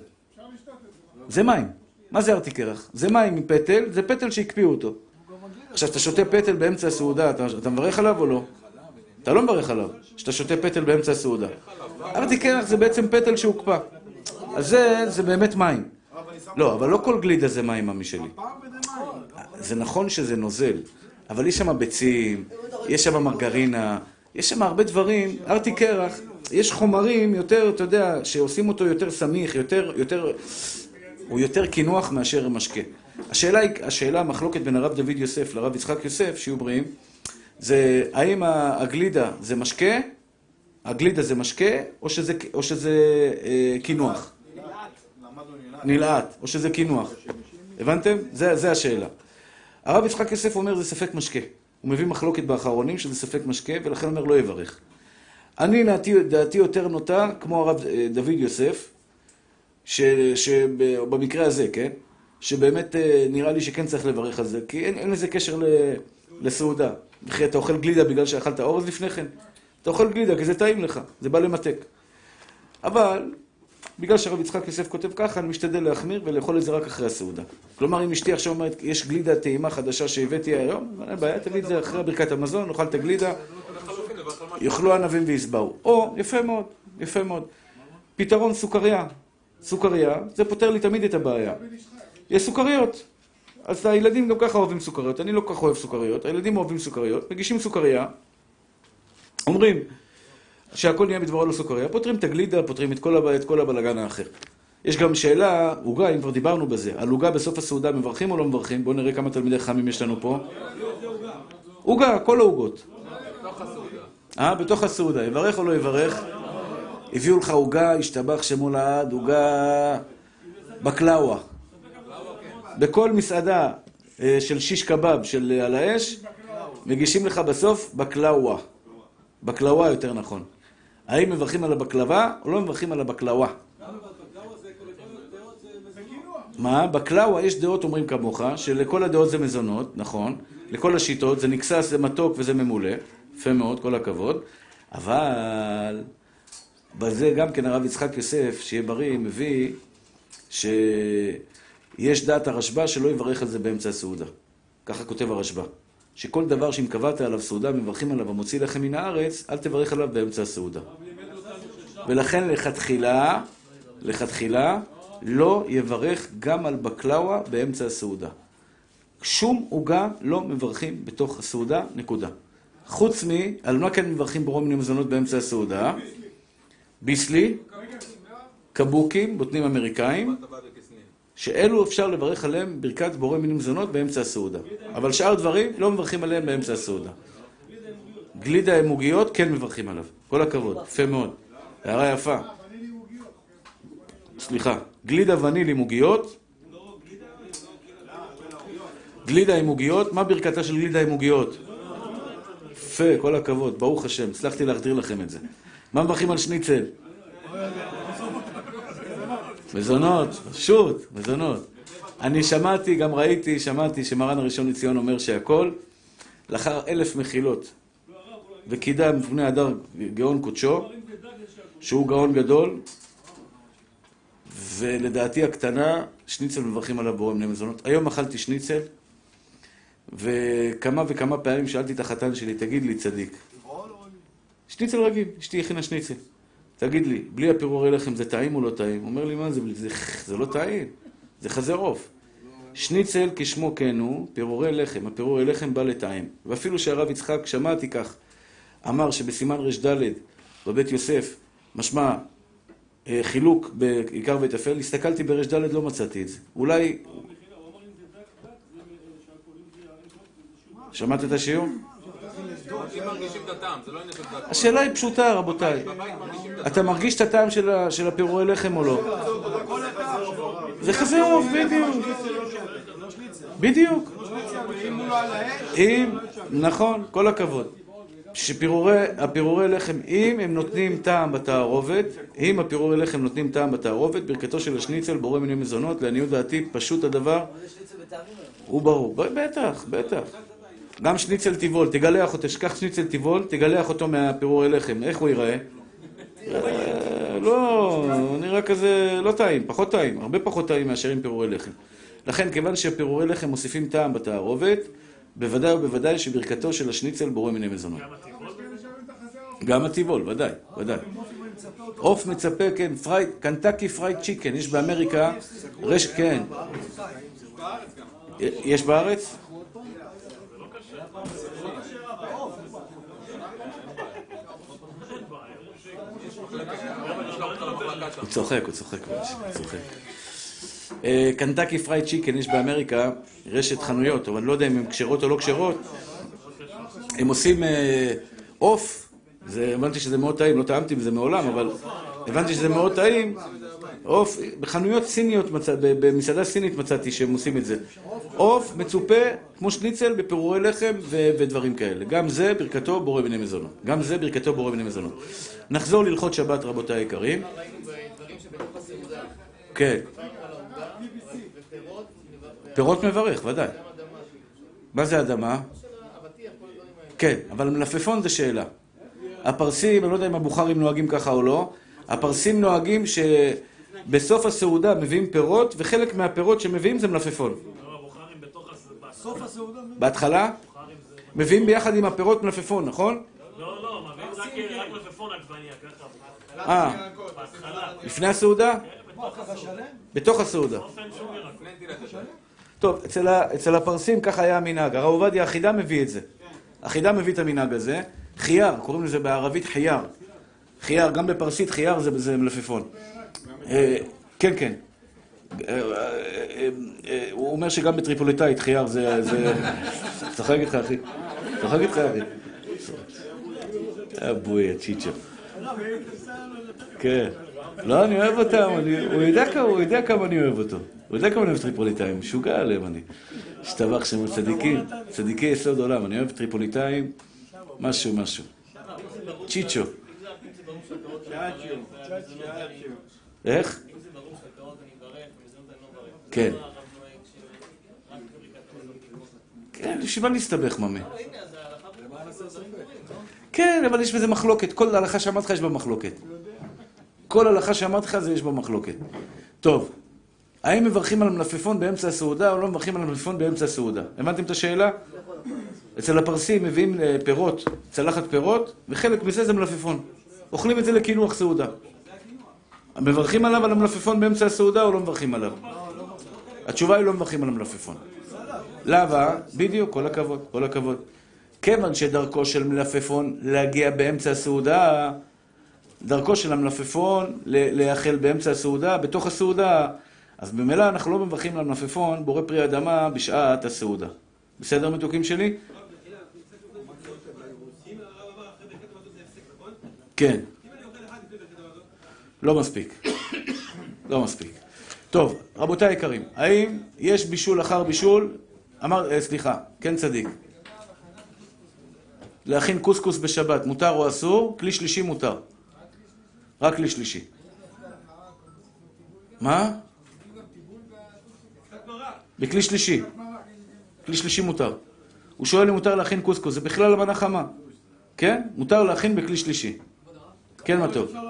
Speaker 1: זה מים. מה זה ארתי קרח? זה מים מפטל, זה פטל שהקפיאו אותו. עכשיו, אתה שותה פטל באמצע הסעודה, אתה, אתה מברך עליו או לא? אתה לא מברך עליו, שאתה שותה פטל באמצע הסעודה. ארתי קרח זה בעצם פטל שהוקפא. אז זה, זה באמת מים. לא, אבל לא כל גלידה זה מים, ממי שלי. זה נכון שזה נוזל, אבל יש שם ביצים, יש שם מרגרינה, יש שם הרבה דברים. ארתי קרח, יש חומרים יותר, אתה יודע, שעושים אותו יותר סמיך, יותר, יותר, הוא יותר קינוח מאשר משקה. השאלה היא, השאלה המחלוקת בין הרב דוד יוסף לרב יצחק יוסף, שיהיו בריאים, זה האם הגלידה זה משקה, הגלידה זה משקה, או שזה, או שזה אה, קינוח? נלעט, או שזה קינוח. הבנתם? זה, זה השאלה. הרב יצחק יוסף אומר זה ספק משקה. הוא מביא מחלוקת באחרונים שזה ספק משקה, ולכן אומר לא יברך. אני דעתי, דעתי יותר נוטה, כמו הרב דוד יוסף, ש, שבמקרה הזה, כן? שבאמת נראה לי שכן צריך לברך על זה, כי אין, אין לזה קשר ל, לסעודה. וכי אתה אוכל גלידה בגלל שאכלת אורז לפני כן? אתה אוכל גלידה כי זה טעים לך, זה בא למתק. אבל, בגלל שהרב יצחק יוסף כותב ככה, אני משתדל להחמיר ולאכול את זה רק אחרי הסעודה. כלומר, אם אשתי עכשיו אומרת, יש גלידה טעימה חדשה שהבאתי היום, אין בעיה, תביא את זה אחרי ברכת המזון, נאכל את הגלידה, יאכלו ענבים ויסבאו. או, יפה מאוד, יפה מאוד. פתרון סוכריה. סוכריה, זה פותר לי תמיד את הבעיה. יש סוכריות. אז הילדים גם ככה אוהבים סוכריות, אני לא כל כך אוהב סוכריות, הילדים אוהבים סוכריות, מגישים סוכריה, אומרים שהכל נהיה בדברו לא סוכריה, פותרים את הגלידה, פותרים את כל, הב... את כל הבלגן האחר. יש גם שאלה, עוגה, אם כבר דיברנו בזה, על עוגה בסוף הסעודה מברכים או לא מברכים? בואו נראה כמה תלמידי חמים יש לנו פה. עוגה, כל העוגות. אה, בתוך הסעודה, יברך או לא יברך? הביאו לך עוגה, השתבח שמו לעד, עוגה בקלאווה. בכל מסעדה של שיש קבב של על האש, מגישים לך בסוף בקלאווה. בקלאווה יותר נכון. האם מברכים על הבקלאווה או לא מברכים על הבקלאווה? מה? בקלאווה יש דעות אומרים כמוך, שלכל הדעות זה מזונות, נכון. לכל השיטות זה נקסס, זה מתוק וזה ממולא. יפה מאוד, כל הכבוד. אבל בזה גם כן הרב יצחק יוסף, שיהיה בריא, מביא שיש דעת הרשב"א שלא יברך על זה באמצע הסעודה. ככה כותב הרשב"א. שכל דבר שאם קבעת עליו סעודה, מברכים עליו המוציא לחם מן הארץ, אל תברך עליו באמצע הסעודה. ולכן לכתחילה, לכתחילה, לא יברך גם על בקלאווה באמצע הסעודה. שום עוגה לא מברכים בתוך הסעודה, נקודה. חוץ מ... על מה כן מברכים ברוב מיני מזונות באמצע הסעודה? ביסלי, קבוקים, בוטנים אמריקאים, שאלו אפשר לברך עליהם ברכת בורא מיני מזונות באמצע הסעודה. אבל שאר דברים לא מברכים עליהם באמצע הסעודה. גלידה עם עוגיות כן מברכים עליו. כל הכבוד, יפה מאוד. הערה יפה. סליחה, גלידה וניל עם עוגיות. גלידה עם עוגיות, מה ברכתה של גלידה עם עוגיות? יפה, כל הכבוד, ברוך השם, הצלחתי להחדיר לכם את זה. מה מברכים על שניצל? מזונות, פשוט, מזונות. אני שמעתי, גם ראיתי, שמעתי שמרן הראשון לציון אומר שהכל, לאחר אלף מחילות, וקידה מפני הדר גאון קודשו, שהוא גאון גדול, ולדעתי הקטנה, שניצל מברכים עליו בורא מיני מזונות. היום אכלתי שניצל, וכמה וכמה פעמים שאלתי את החתן שלי, תגיד לי צדיק. שניצל רגיל, אשתי הכינה שניצל. תגיד לי, בלי הפירורי לחם זה טעים או לא טעים? הוא אומר לי, מה זה? זה, זה לא טעים, זה חזר עוף. שניצל כשמו כן הוא, פירורי לחם. הפירורי לחם בא לטעים. ואפילו שהרב יצחק, שמעתי כך, אמר שבסימן רש ד' בבית יוסף, משמע, אה, חילוק בעיקר וטפל, הסתכלתי ברש ד' לא מצאתי את זה. אולי... שמעת את השיעור?
Speaker 7: אם מרגישים את הטעם, זה לא עניין של דעת.
Speaker 1: השאלה היא פשוטה, רבותיי. אתה מרגיש את הטעם של ה- של הפירורי לחם או לא? זה חזה עוף, בדיוק. בדיוק. אם, נכון, כל הכבוד. שהפירורי לחם, אם הם נותנים טעם בתערובת, אם הפירורי לחם נותנים טעם בתערובת, ברכתו של השניצל בורא מיני מזונות, לעניות דעתי, פשוט הדבר, הוא ברור. בטח, בטח. גם שניצל טבעול, תגלח אותו, שכח שניצל טבעול, תגלח אותו מהפירורי לחם. איך הוא ייראה? לא, נראה כזה לא טעים, פחות טעים, הרבה פחות טעים מאשר עם פירורי לחם. לכן, כיוון שפירורי לחם מוסיפים טעם בתערובת, בוודאי ובוודאי שברכתו של השניצל בורא מיני מזונות. גם הטבעול, ודאי, ודאי. עוף מצפה, כן, פרייד, קנטקי פרייד צ'יקן, יש באמריקה, רש, כן. יש בארץ? הוא צוחק, הוא צוחק, הוא צוחק. קנטקי פרייד צ'יקן, יש באמריקה רשת חנויות, אבל אני לא יודע אם הן כשרות או לא כשרות. הם עושים עוף, הבנתי שזה מאוד טעים, לא טעמתי בזה מעולם, אבל הבנתי שזה מאוד טעים. עוף, בחנויות סיניות, במסעדה סינית מצאתי שהם עושים את זה. עוף מצופה כמו שניצל בפירורי לחם ודברים כאלה. גם זה ברכתו בורא מיני מזונות. גם זה ברכתו בורא מיני מזונות. נחזור להלכות שבת, רבותיי היקרים. כן. פירות מברך, ודאי. מה זה אדמה? כן, אבל מלפפון זה שאלה. הפרסים, אני לא יודע אם הבוכרים נוהגים ככה או לא, הפרסים נוהגים שבסוף הסעודה מביאים פירות, וחלק מהפירות שמביאים זה מלפפון. בהתחלה? מביאים ביחד עם הפירות מלפפון, נכון?
Speaker 3: לא, לא, מביאים רק מלפפון עגבניה, ככה.
Speaker 1: אה, לפני הסעודה? בתוך הסעודה. טוב, אצל, אצל הפרסים ככה היה המנהג. הרב עובדיה החידה מביא את זה. החידה מביא את המנהג הזה. חייר, קוראים לזה בערבית חייר. חייר, גם בפרסית חייר זה, זה מלפפון. כן, כן. הוא אומר שגם בטריפוליטאית חייר זה... צוחק איתך, אחי. צוחק איתך, אחי. אבוי, הצ'יצ'ה. כן. לא, אני אוהב אותם. הוא יודע כמה אני אוהב אותו. הוא יודע כמה אני אוהב טריפוליטאים. משוגע עליהם אני. שטבח שם צדיקים. צדיקי יסוד עולם. אני אוהב טריפוליטאים. משהו, משהו. צ'יצ'ו. איך? כן. כן, ישיבה להסתבך, ממי. כן, אבל יש בזה מחלוקת. כל הלכה שאמרת לך יש בה מחלוקת. כל הלכה שאמרת לך זה יש בה מחלוקת. טוב, האם מברכים על המלפפון באמצע הסעודה או לא מברכים על המלפפון באמצע הסעודה? הבנתם את השאלה? אצל הפרסים מביאים פירות, צלחת פירות, וחלק מזה זה מלפפון. אוכלים את זה לקינוח סעודה. מברכים עליו על המלפפון באמצע הסעודה או לא מברכים עליו? התשובה היא לא מברכים על המלפפון. למה? בדיוק, כל הכבוד, כל הכבוד. כיוון שדרכו של מלפפון להגיע באמצע הסעודה, דרכו של המלפפון לאכול באמצע הסעודה, בתוך הסעודה, אז במילא אנחנו לא מברכים על המלפפון בורא פרי אדמה בשעת הסעודה. בסדר מתוקים שלי? כן. לא מספיק. לא מספיק. טוב, רבותיי היקרים, האם יש בישול אחר בישול? אמר, סליחה, כן צדיק. להכין קוסקוס בשבת, מותר או אסור? כלי שלישי מותר. רק כלי שלישי. מה? בכלי שלישי. כלי שלישי מותר. הוא שואל אם מותר להכין קוסקוס, זה בכלל המנה חמה. כן? מותר להכין בכלי שלישי. כן, מה טוב?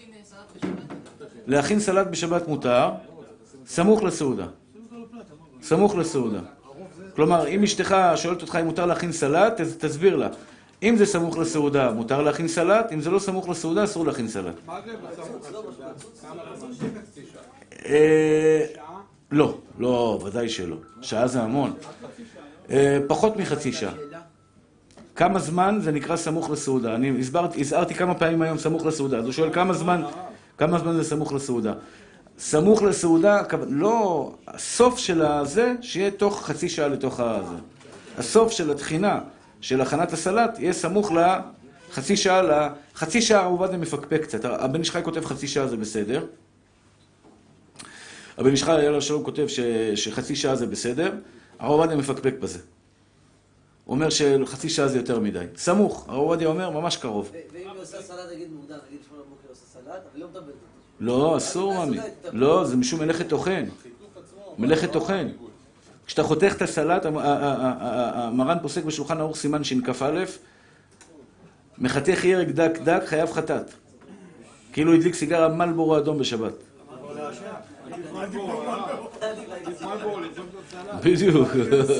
Speaker 1: להכין סלט בשבת מותר, סמוך לסעודה. סמוך לסעודה. כלומר, אם אשתך שואלת אותך אם מותר להכין סלט, תסביר לה. אם זה סמוך לסעודה, מותר להכין סלט, אם זה לא סמוך לסעודה, אסור להכין סלט.
Speaker 7: מה זה בסמוך לסעודה?
Speaker 1: לא, לא, ודאי שלא. שעה זה המון. פחות מחצי שעה. כמה זמן זה נקרא סמוך לסעודה? אני הזהרתי כמה פעמים היום סמוך לסעודה. אז הוא שואל כמה זמן, כמה זמן זה סמוך לסעודה? סמוך לסעודה, לא, הסוף של הזה, שיהיה תוך חצי שעה לתוך הזה. הסוף של התחינה, של הכנת הסלט, יהיה סמוך לחצי שעה, לחצי שעה עובדיה מפקפק קצת. הבן איש חי כותב חצי שעה זה בסדר. הבן איש חי עליו שלום כותב ש, שחצי שעה זה בסדר. הרב עובדיה מפקפק בזה. הוא אומר שחצי שעה זה יותר מדי. סמוך, הרב עובדיה אומר ממש קרוב.
Speaker 6: ואם היא עושה סלט, נגיד מוקדם, נגיד שמונה בבוקר עושה סלט, אבל לא מטבלת.
Speaker 1: לא, אסור ממי. לא, זה משום מלאכת טוחן. מלאכת טוחן. כשאתה חותך את הסלט, המרן פוסק בשולחן ערוך סימן שכ"א, מחתך ירק דק דק חייב חטאת. כאילו הדליק סיגרה מלבורו אדום בשבת. בדיוק.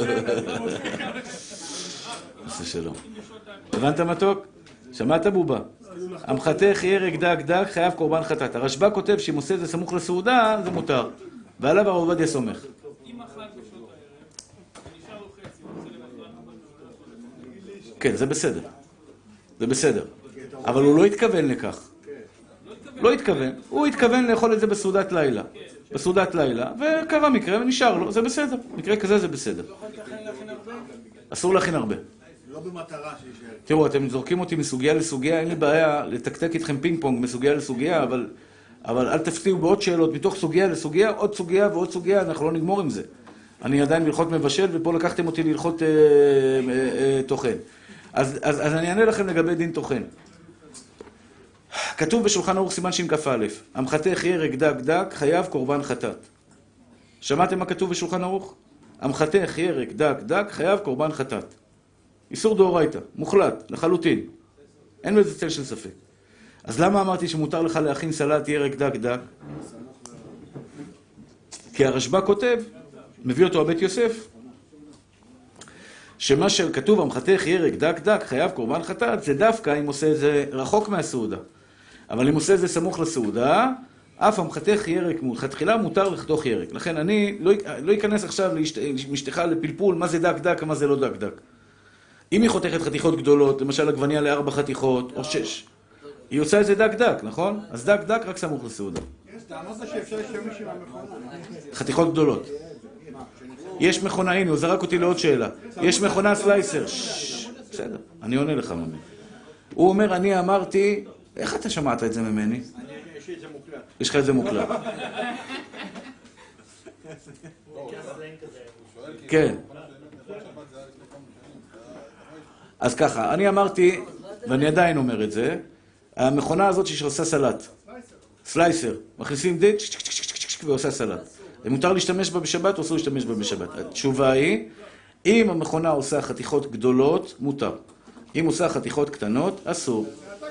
Speaker 1: עושה שלום. הבנת מתוק? שמעת בובה? המחתך ירק דק דק חייב קורבן חטאת. הרשב"א כותב שאם עושה את זה סמוך לסעודה, זה מותר. ועליו הרב עובדיה סומך.
Speaker 3: אם אכל בשעות הערב, נשאר לו חצי, רוצה למחרת.
Speaker 1: כן, זה בסדר. זה בסדר. אבל הוא לא התכוון לכך. לא התכוון. הוא התכוון לאכול את זה בסעודת לילה. בסעודת לילה, וקרה מקרה ונשאר לו. זה בסדר. מקרה כזה זה בסדר. אסור להכין הרבה.
Speaker 5: לא במטרה שישאר.
Speaker 1: תראו, אתם זורקים אותי מסוגיה לסוגיה, אין לי בעיה לתקתק איתכם פינג פונג מסוגיה לסוגיה, אבל, אבל אל תפתיעו בעוד שאלות, מתוך סוגיה לסוגיה, עוד סוגיה ועוד סוגיה, אנחנו לא נגמור עם זה. אני עדיין מלכות מבשל, ופה לקחתם אותי ללכות אה, אה, אה, תוכן. אז, אז, אז אני אענה לכם לגבי דין תוכן. כתוב בשולחן ערוך סימן שכ"א, המחתך ירק דק דק חייב קורבן חטאת. שמעתם מה כתוב בשולחן ערוך? המחתך ירק דק דק חייב קורבן חטאת. איסור דאורייתא, מוחלט, לחלוטין. אין בזה צל של ספק. אז למה אמרתי שמותר לך להכין סלט ירק דק דק? כי הרשב"א כותב, מביא אותו הבית יוסף, שמה שכתוב, המחתך ירק דק דק חייב קורבן חטאת, זה דווקא אם עושה את זה רחוק מהסעודה. אבל אם עושה את זה סמוך לסעודה, אף המחתך ירק מלכתחילה מותר לחתוך ירק. לכן אני לא, לא אכנס עכשיו לאשתך לפלפול מה זה דק דק ומה זה לא דק דק. אם היא חותכת חתיכות גדולות, למשל עגבנייה לארבע חתיכות, או שש, היא עושה את זה דק דק, נכון? אז דק דק רק סמוך לסעודה.
Speaker 5: אתה אמרת שאפשר להשתמש עם המכונה.
Speaker 1: חתיכות גדולות. יש מכונה, הנה, הוא זרק אותי לעוד שאלה. יש מכונה סלייסר. בסדר, אני עונה לך, ממי. הוא אומר, אני אמרתי, איך אתה שמעת את זה ממני?
Speaker 5: יש לי את זה מוקלט.
Speaker 1: יש לך את זה מוקלט. כן. אז ככה, אני אמרתי, ואני עדיין אומר את זה, המכונה הזאת שעושה סלט. סלייסר. מכניסים די, ועושה סלט. מותר להשתמש בה בשבת או אסור להשתמש בה בשבת? התשובה היא, אם המכונה עושה חתיכות גדולות, מותר. אם עושה חתיכות קטנות, אסור.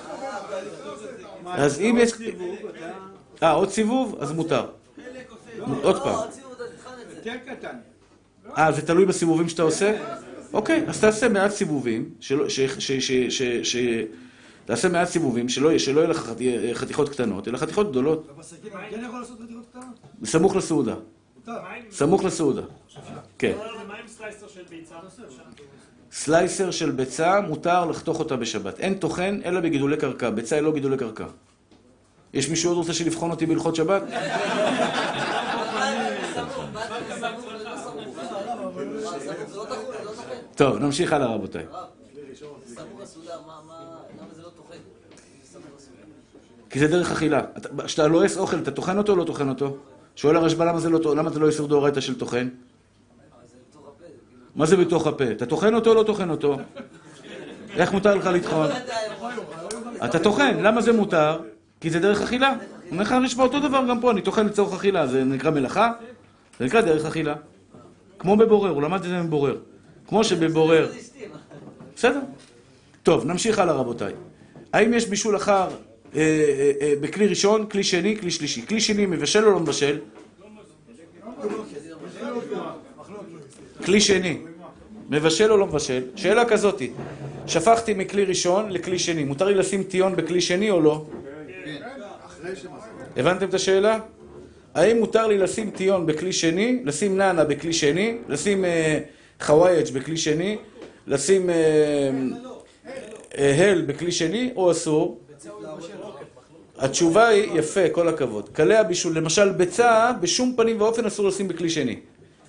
Speaker 1: אז אם יש... אה, עוד סיבוב? אז מותר. עוד פעם.
Speaker 5: יותר קטן.
Speaker 1: אה, זה תלוי בסיבובים שאתה עושה? אוקיי, אז תעשה מעט סיבובים, שלא... ש... ש... ש... ש... ש... תעשה מעט סיבובים, שלא יהיה לך חתיכות קטנות, אלא חתיכות גדולות.
Speaker 5: בסכין, כן יכול לעשות חתיכות קטנות?
Speaker 1: סמוך לסעודה. סמוך לסעודה. כן.
Speaker 3: ומה עם סלייסר של ביצה?
Speaker 1: סלייסר של ביצה מותר לחתוך אותה בשבת. אין טוחן אלא בגידולי קרקע. ביצה היא לא גידולי קרקע. יש מישהו עוד רוצה שלבחון אותי בהלכות שבת? טוב, נמשיך הלאה רבותיי. כי זה דרך אכילה. כשאתה לא אס אוכל, אתה טוחן אותו או לא טוחן אותו? שואל הרשב"א למה זה לא, למה זה לא איסור דאורייתא של טוחן? מה זה בתוך הפה? אתה טוחן אותו או לא טוחן אותו? איך מותר לך לטחון? אתה טוחן, למה זה מותר? כי זה דרך אכילה. אני אומר לך הרשב"א אותו דבר גם פה, אני טוחן לצורך אכילה, זה נקרא מלאכה, זה נקרא דרך אכילה. כמו בבורר, הוא למד את זה מבורר. כמו שבבורר. בסדר? טוב, נמשיך הלאה רבותיי. האם יש בישול אחר אה, אה, אה, בכלי ראשון, כלי שני, כלי שלישי? כלי שני מבשל או לא מבשל? כלי שני, מבשל או לא מבשל? שאלה כזאת, שפכתי מכלי ראשון לכלי שני, מותר לי לשים טיון בכלי שני או לא? הבנתם את השאלה? האם מותר לי לשים טיון בכלי שני, לשים נענה בכלי שני, לשים אה, חווייג' בכלי שני, לשים אה, אה, הל בכלי שני או אסור? התשובה היא, יפה, כל הכבוד. כלי הבישול, למשל ביצה, בשום פנים ואופן אסור לשים בכלי שני.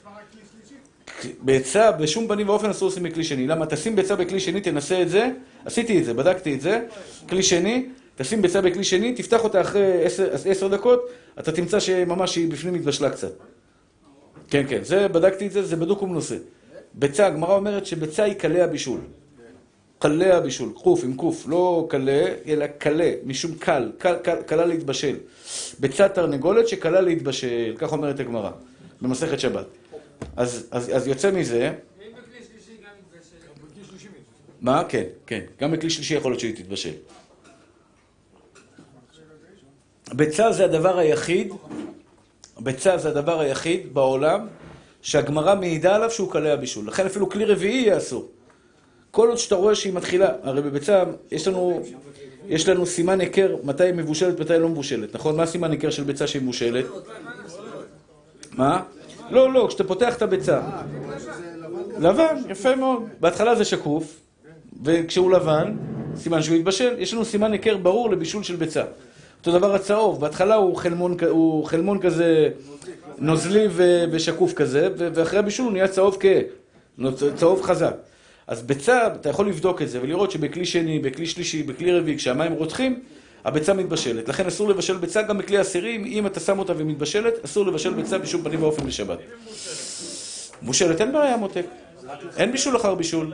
Speaker 1: ביצה, בשום פנים ואופן אסור לשים בכלי שני. למה? תשים ביצה בכלי שני, תנסה את זה, עשיתי את זה, בדקתי את זה, כלי שני, תשים ביצה בכלי שני, תפתח אותה אחרי עשר, עשר דקות, אתה תמצא שממש היא בפנים מתבשלה קצת. כן, כן, זה, בדקתי את זה, זה בדוק ומנוסה. ביצה, הגמרא אומרת שביצה היא כלי הבישול. כלי הבישול, קוף עם קוף, לא כלה, אלא כלה, משום קל, קל, קל, קלה להתבשל. ביצה תרנגולת שקלה להתבשל, כך אומרת הגמרא, במסכת שבת. אז, אז, אז יוצא מזה... מה? כן, כן. גם בכלי שלישי יכול להיות שהיא תתבשל. ביצה זה הדבר היחיד, ביצה זה הדבר היחיד בעולם שהגמרא מעידה עליו שהוא כלי הבישול. לכן אפילו כלי רביעי יהיה אסור. כל עוד שאתה רואה שהיא מתחילה, הרי בביצה יש לנו, יש לנו סימן היכר מתי היא מבושלת, מתי היא לא מבושלת. נכון? מה הסימן היכר של ביצה שהיא מבושלת? מה? לא, לא, כשאתה פותח את הביצה. לבן, יפה מאוד. בהתחלה זה שקוף, וכשהוא לבן, סימן שהוא יתבשל, יש לנו סימן היכר ברור לבישול של ביצה. אותו דבר הצהוב, בהתחלה הוא חלמון, הוא חלמון כזה נוזלי ושקוף כזה, ואחרי הבישול הוא נהיה צהוב כהה, צהוב חזק. אז ביצה, אתה יכול לבדוק את זה ולראות שבכלי שני, בכלי שלישי, בכלי רביעי, כשהמים רותחים, הביצה מתבשלת. לכן אסור לבשל ביצה גם בכלי עשירי, אם אתה שם אותה ומתבשלת, אסור לבשל ביצה בשום פנים ואופן בשבת. מבושלת, אין בעיה מותק. אין בישול אחר בישול.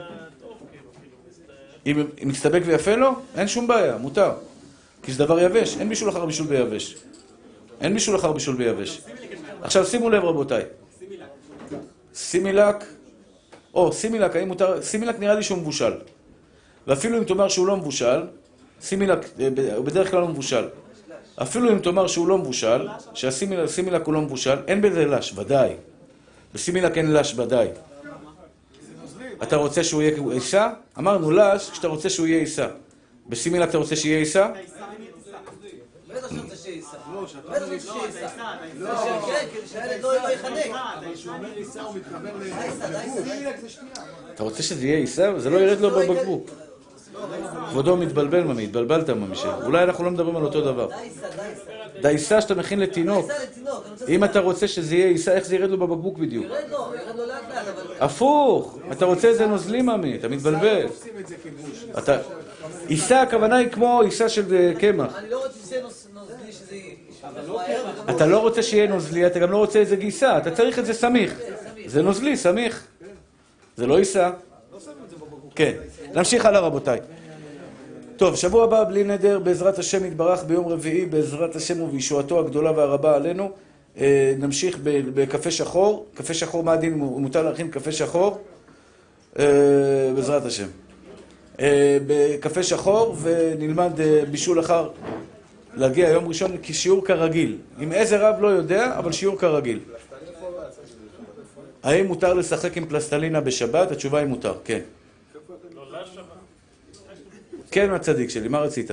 Speaker 1: אם מצטבק ויפה לו, אין שום בעיה, מותר. כי זה דבר יבש, אין בישול אחר בישול ביבש. אין בישול אחר בישול ביבש. עכשיו שימו לב רבותיי. סימילק, או סימילק, האם מותר, סימילק נראה לי שהוא מבושל. ואפילו אם תאמר שהוא לא מבושל, סימילק, הוא בדרך כלל לא מבושל. אפילו אם תאמר שהוא לא מבושל, שהסימילק הוא לא מבושל, אין בזה לש, ודאי. בסימילק אין לש, ודאי. אתה רוצה שהוא יהיה איסה? אמרנו לש, כשאתה רוצה שהוא יהיה איסה. בסימילק אתה רוצה שיהיה איסה?
Speaker 6: בטח שאתה רוצה שיהיה איסה. בטח שאתה שיהיה איסה. לא, כן, כדי שהילד לא יחנק.
Speaker 2: אבל כשהוא אומר איסה הוא מתכוון לבקבוק.
Speaker 1: אתה רוצה שזה יהיה איסה? זה לא ירד לו בבקבוק. כבודו מתבלבל ממי, התבלבלת ממי. אולי אנחנו לא מדברים על אותו דבר.
Speaker 6: דייסה, דייסה.
Speaker 1: דייסה שאתה מכין לתינוק.
Speaker 6: דייסה לתינוק.
Speaker 1: אם אתה רוצה שזה יהיה איסה, איך זה ירד לו בבקבוק בדיוק?
Speaker 6: ירד לו, ירד לו לאט לאט, אבל...
Speaker 1: הפוך! אתה רוצה איזה נוזלי ממי, אתה מתבלבל. אתה... איסה, הכוונה היא כמו איסה של קמח.
Speaker 6: אני לא רוצה שזה נוזלי, שזה יהיה...
Speaker 1: אתה לא רוצה שיהיה נוזלי, אתה גם לא רוצה איזה גיסה, אתה צריך את זה סמיך. זה נוזלי, סמיך. זה לא איסה. כן, נמשיך הלאה רבותיי. טוב, שבוע הבא בלי נדר, בעזרת השם יתברך ביום רביעי, בעזרת השם ובישועתו הגדולה והרבה עלינו. נמשיך בקפה שחור. קפה שחור, מה הדין? מותר להכין קפה שחור? בעזרת השם. בקפה שחור, ונלמד בישול אחר להגיע יום ראשון כשיעור כרגיל. עם איזה רב לא יודע, אבל שיעור כרגיל. האם מותר לשחק עם פלסטלינה בשבת? התשובה היא מותר, כן. כן, הצדיק שלי, מה רצית?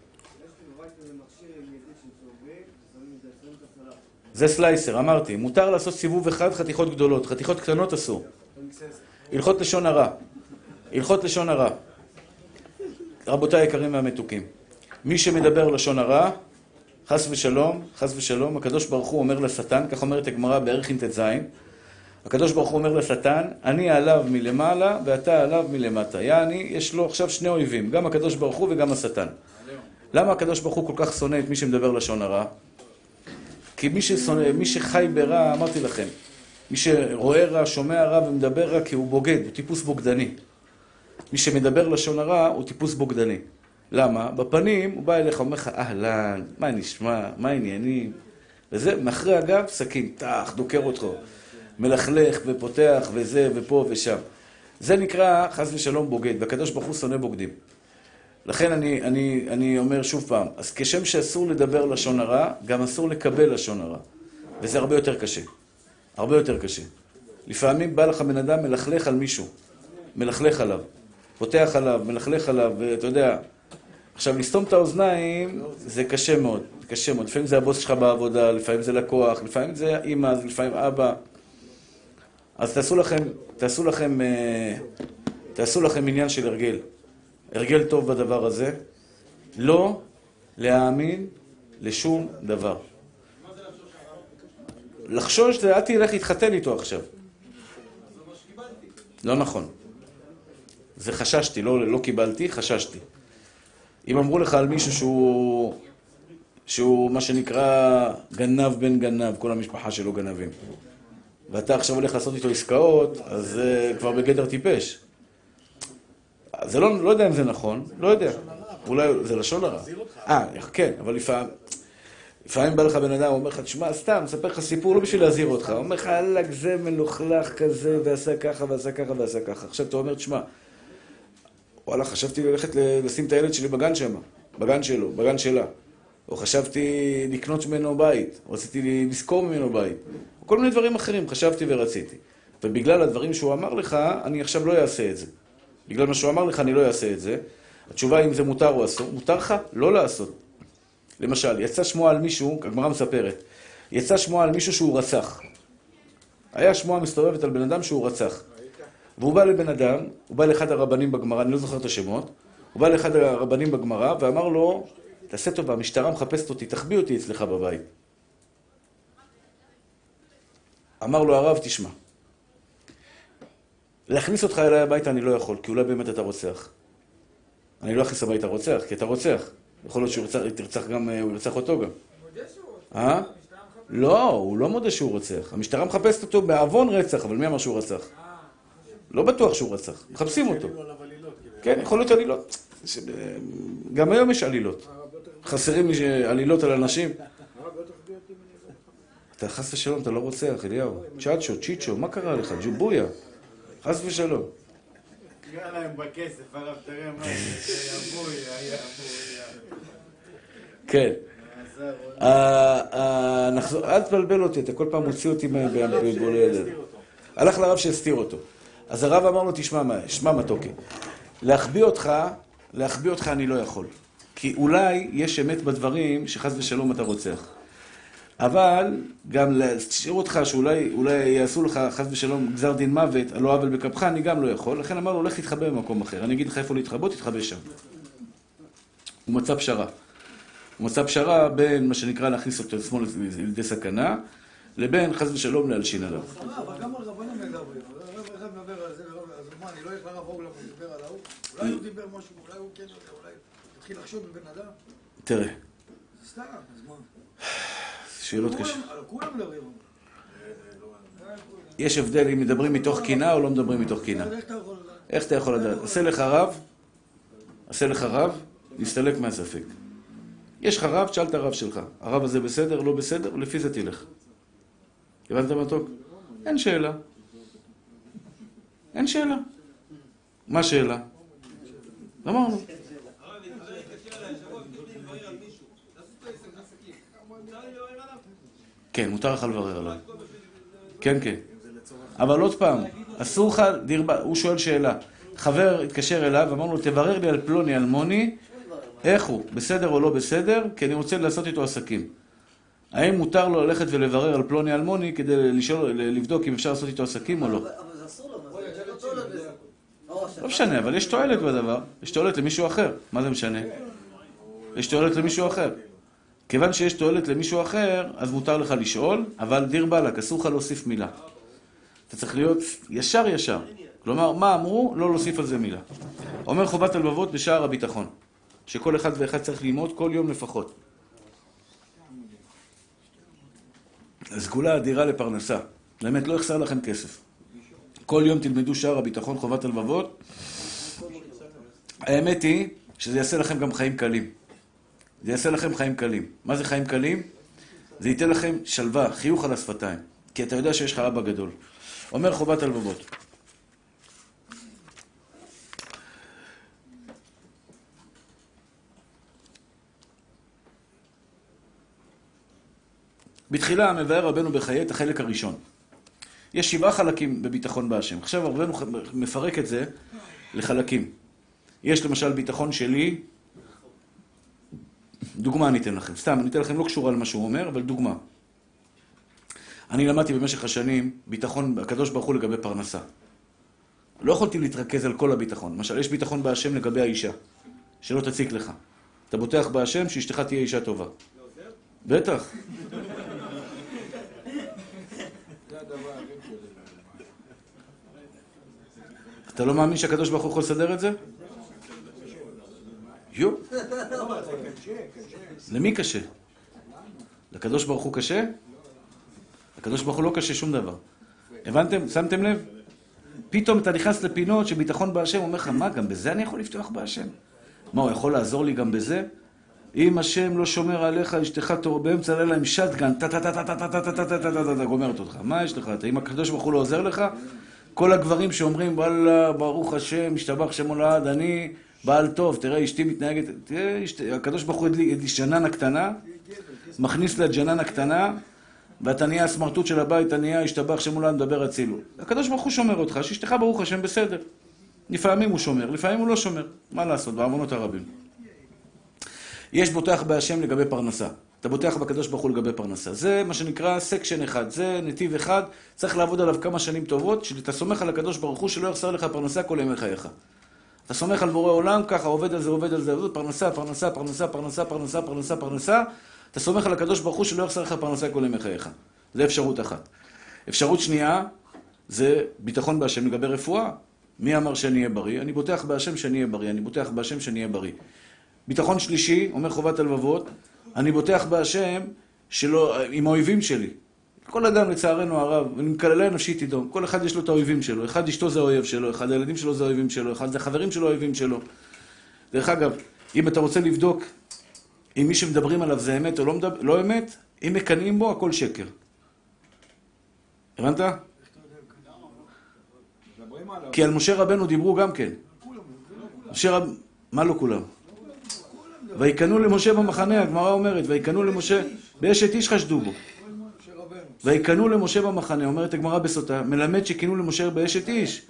Speaker 1: זה סלייסר, אמרתי. מותר לעשות סיבוב אחד, חתיכות גדולות. חתיכות קטנות אסור. הלכות לשון הרע. הלכות לשון הרע. רבותיי היקרים והמתוקים. מי שמדבר לשון הרע, חס ושלום, חס ושלום, הקדוש ברוך הוא אומר לשטן, כך אומרת הגמרא בערך ט"ז, הקדוש ברוך הוא אומר לשטן, אני עליו מלמעלה ואתה עליו מלמטה. יעני, יש לו עכשיו שני אויבים, גם הקדוש ברוך הוא וגם השטן. למה הקדוש ברוך הוא כל כך שונא את מי שמדבר לשון הרע? כי מי ששונא, מי שחי ברע, אמרתי לכם, מי שרואה רע, שומע רע ומדבר רע, כי הוא בוגד, הוא טיפוס בוגדני. מי שמדבר לשון הרע הוא טיפוס בוגדני. למה? בפנים הוא בא אליך, אומר לך, אהלן, מה נשמע, מה העניינים? וזה, מאחרי הגב, סכין, תח, דוקר אותך. מלכלך ופותח וזה ופה ושם. זה נקרא חס ושלום בוגד, והקדוש ברוך הוא שונא בוגדים. לכן אני, אני, אני אומר שוב פעם, אז כשם שאסור לדבר לשון הרע, גם אסור לקבל לשון הרע. וזה הרבה יותר קשה. הרבה יותר קשה. לפעמים בא לך בן אדם מלכלך על מישהו. מלכלך עליו. פותח עליו, מלכלך עליו, ואתה יודע, עכשיו לסתום את האוזניים זה קשה מאוד. זה קשה מאוד. לפעמים זה הבוס שלך בעבודה, לפעמים זה לקוח, לפעמים זה אמא, לפעמים אבא. אז תעשו לכם, תעשו לכם, תעשו לכם עניין של הרגל. הרגל טוב בדבר הזה. לא להאמין לשום דבר. לחשוש זה, אל תלך להתחתן איתו עכשיו. לא נכון. זה חששתי, לא, לא קיבלתי, חששתי. אם אמרו לך על מישהו שהוא, שהוא מה שנקרא גנב בן גנב, כל המשפחה שלו גנבים, ואתה עכשיו הולך לעשות איתו עסקאות, אז זה כבר בגדר טיפש. זה לא, לא יודע אם זה נכון, לא יודע. אולי זה לשון הרע. אה, כן, אבל לפעמים, לפעמים בא לך בן אדם, הוא אומר לך, תשמע, סתם, מספר לך סיפור, לא בשביל להזהיר אותך. הוא אומר לך, אלק, זה מלוכלך כזה, ועשה ככה, ועשה ככה, ועשה ככה. עכשיו אתה אומר, תשמע, וואלה, חשבתי ללכת לשים את הילד שלי בגן שם, בגן שלו, בגן שלה. או חשבתי לקנות ממנו בית, או רציתי לזכור ממנו בית. או כל מיני דברים אחרים, חשבתי ורציתי. ובגלל הדברים שהוא אמר לך, אני עכשיו לא אעשה את זה. בגלל מה שהוא אמר לך, אני לא אעשה את זה. התשובה אם זה מותר או אסור, מותר לך לא לעשות. למשל, יצא שמועה על מישהו, הגמרא מספרת, יצא שמועה על מישהו שהוא רצח. היה שמועה מסתובבת על בן אדם שהוא רצח. והוא בא לבן אדם, הוא בא לאחד הרבנים בגמרא, אני לא זוכר את השמות, הוא בא לאחד הרבנים בגמרא ואמר לו, תעשה טובה, המשטרה מחפשת אותי, תחביא אותי אצלך בבית. אמר לו הרב, תשמע, להכניס אותך אליי הביתה אני לא יכול, כי אולי באמת אתה רוצח. אני לא אכניס הביתה רוצח, כי אתה רוצח. יכול להיות שהוא ירצח גם, הוא ירצח אותו גם. אה? לא, הוא לא מודה שהוא רוצח. המשטרה מחפשת אותו בעוון רצח, אבל מי אמר שהוא רצח? לא בטוח שהוא רצח, מחפשים אותו. כן, יכול להיות עלילות. גם היום יש עלילות. חסרים לי עלילות על אנשים. אתה חס ושלום, אתה לא רוצח, אליהו. צ'אצ'ו, צ'יצ'ו, מה קרה לך? ג'ובויה. חס ושלום.
Speaker 2: תראה להם בכסף, הרב, תראה מה זה, יבוי, יבוי.
Speaker 1: כן. אל תבלבל אותי, אתה כל פעם מוציא אותי בבולדת. הלך לרב שהסתיר אותו. אז הרב אמר לו, תשמע מה, שמע מתוקי. להחביא אותך, להחביא אותך אני לא יכול. כי אולי יש אמת בדברים שחס ושלום אתה רוצח. אבל גם להשאיר אותך שאולי אולי יעשו לך חס ושלום גזר דין מוות, על לא עוול בכפך, אני גם לא יכול. לכן אמר לו, הולך להתחבא במקום אחר. אני אגיד לך איפה להתחבא, תתחבא שם. הוא מצא פשרה. הוא מצא פשרה בין מה שנקרא להכניס אותו לשמאל לידי סכנה, לבין חס ושלום להלשין עליו.
Speaker 5: אבל גם על רבנים מדברים. הרב אחד מדבר על זה, אז מה, אני לא אלך לרב אולי הוא דיבר על ההוא? אולי הוא דיבר משהו, אולי הוא כן יודע, אולי התחיל לחשוב בבן אדם?
Speaker 1: תראה.
Speaker 5: סתם, אז מה?
Speaker 1: שאלות קשה.
Speaker 5: כולם מדברים.
Speaker 1: יש הבדל אם מדברים מתוך קינה או לא מדברים מתוך קינה. איך אתה יכול לדעת? עשה לך רב, עשה לך רב, נסתלק מהספק. יש לך רב, תשאל את הרב שלך. הרב הזה בסדר, לא בסדר, לפי זה תלך. הבנת מתוק? אין שאלה. אין שאלה. מה השאלה? אמרנו. כן, מותר לך לברר עליו. כן, כן. אבל עוד פעם, אסור לך, הוא שואל שאלה. חבר התקשר אליו ואמר לו, תברר לי על פלוני אלמוני, איך הוא, בסדר או לא בסדר, כי אני רוצה לעשות איתו עסקים. האם מותר לו ללכת ולברר על פלוני אלמוני כדי לשאול, לבדוק אם אפשר לעשות איתו עסקים או לא?
Speaker 6: אבל זה אסור לו, זה לא תועלת בזה.
Speaker 1: לא משנה, אבל יש תועלת בדבר. יש תועלת למישהו אחר. מה זה משנה? יש תועלת למישהו אחר. כיוון שיש תועלת למישהו אחר, אז מותר לך לשאול, אבל דיר באלק, אסור לך להוסיף מילה. אתה צריך להיות ישר ישר. כלומר, מה אמרו? לא להוסיף על זה מילה. אומר חובת הלבבות בשער הביטחון, שכל אחד ואחד צריך ללמוד כל יום לפחות. סגולה אדירה לפרנסה. באמת, לא יחסר לכם כסף. כל יום תלמדו שער הביטחון, חובת הלבבות. האמת היא שזה יעשה לכם גם חיים קלים. זה יעשה לכם חיים קלים. מה זה חיים קלים? זה ייתן לכם שלווה, חיוך על השפתיים. כי אתה יודע שיש לך אבא גדול. אומר חובת הלבבות. בתחילה מבאר רבנו בחיי את החלק הראשון. יש שבעה חלקים בביטחון בהשם. עכשיו רבנו מפרק את זה לחלקים. יש למשל ביטחון שלי, דוגמה אני אתן לכם. סתם, אני אתן לכם לא קשורה למה שהוא אומר, אבל דוגמה. אני למדתי במשך השנים ביטחון, הקדוש ברוך הוא לגבי פרנסה. לא יכולתי להתרכז על כל הביטחון. למשל, יש ביטחון בהשם לגבי האישה, שלא תציק לך. אתה בוטח בהשם שאשתך תהיה אישה טובה. בטח. אתה לא מאמין שהקדוש ברוך הוא יכול לסדר את זה? יו. למי קשה? לקדוש ברוך הוא קשה? לקדוש ברוך הוא לא קשה שום דבר. הבנתם? שמתם לב? פתאום אתה נכנס לפינות שביטחון בהשם אומר לך, מה, גם בזה אני יכול לפתוח בהשם? מה, הוא יכול לעזור לי גם בזה? אם השם לא שומר עליך, אשתך תור באמצע הלילה עם שטגן, טה-טה-טה-טה-טה-טה-טה-טה-טה-טה, גומרת אותך. מה יש לך? אם הקדוש ברוך הוא לא עוזר לך, כל הגברים שאומרים, וואלה, ברוך השם, משתבח שם הולד, אני בעל טוב, תראה, אשתי מתנהגת, תראה, הקדוש ברוך הוא הדליק ג'ננה קטנה, מכניס לה ג'ננה קטנה, ואתה נהיה הסמרטוט של הבית, אתה נהיה, השתבח שם הולד, מדבר הצילו. הקדוש ברוך הוא שומר אותך, שאשתך ברוך השם בסדר. לפעמים הוא שומר, לפעמים הוא לא שומר. מה לעשות? בעוונות הרבים. יש בוטח בהשם לגבי פרנסה. אתה בוטח בקדוש ברוך הוא לגבי פרנסה. זה מה שנקרא סקשן אחד. זה נתיב אחד. צריך לעבוד עליו כמה שנים טובות, שאתה סומך על הקדוש ברוך הוא שלא יחסר לך פרנסה כל ימי חייך. אתה סומך על בורא עולם, ככה עובד על זה, עובד על זה, עובד, פרנסה, פרנסה, פרנסה, פרנסה, פרנסה, פרנסה, פרנסה. אתה סומך על הקדוש ברוך הוא שלא יחסר לך פרנסה כל ימי חייך. זה אפשרות אחת. אפשרות שנייה, זה ביטחון בהשם לגבי רפואה. מי אמר שאני אהיה בריא? אני בוטח בהשם שאני אהיה בריא. אני בוטח בהשם שאני אהיה בריא. ביטחון שלישי, אומר חובת הלבבות, אני בוטח בהשם שלא, עם האויבים שלי. כל אדם לצערנו הרב, אני מקללה נפשי תדום. כל אחד יש לו את האויבים שלו. אחד אשתו זה האויב שלו, אחד הילדים שלו זה האויבים שלו, אחד זה החברים שלו האויבים שלו. דרך אגב, אם אתה רוצה לבדוק אם מי שמדברים עליו זה אמת או לא, מדבר, לא אמת, אם מקנאים בו, הכל שקר. הבנת? כי על משה רבנו דיברו גם כן. משה רב... מה לא כולם? ויקנו למשה במחנה, הגמרא אומרת, ויקנו למשה, באשת איש חשדו בו. ויקנו למשה במחנה, אומרת הגמרא בסוטה, מלמד שקינו למשה באשת איש.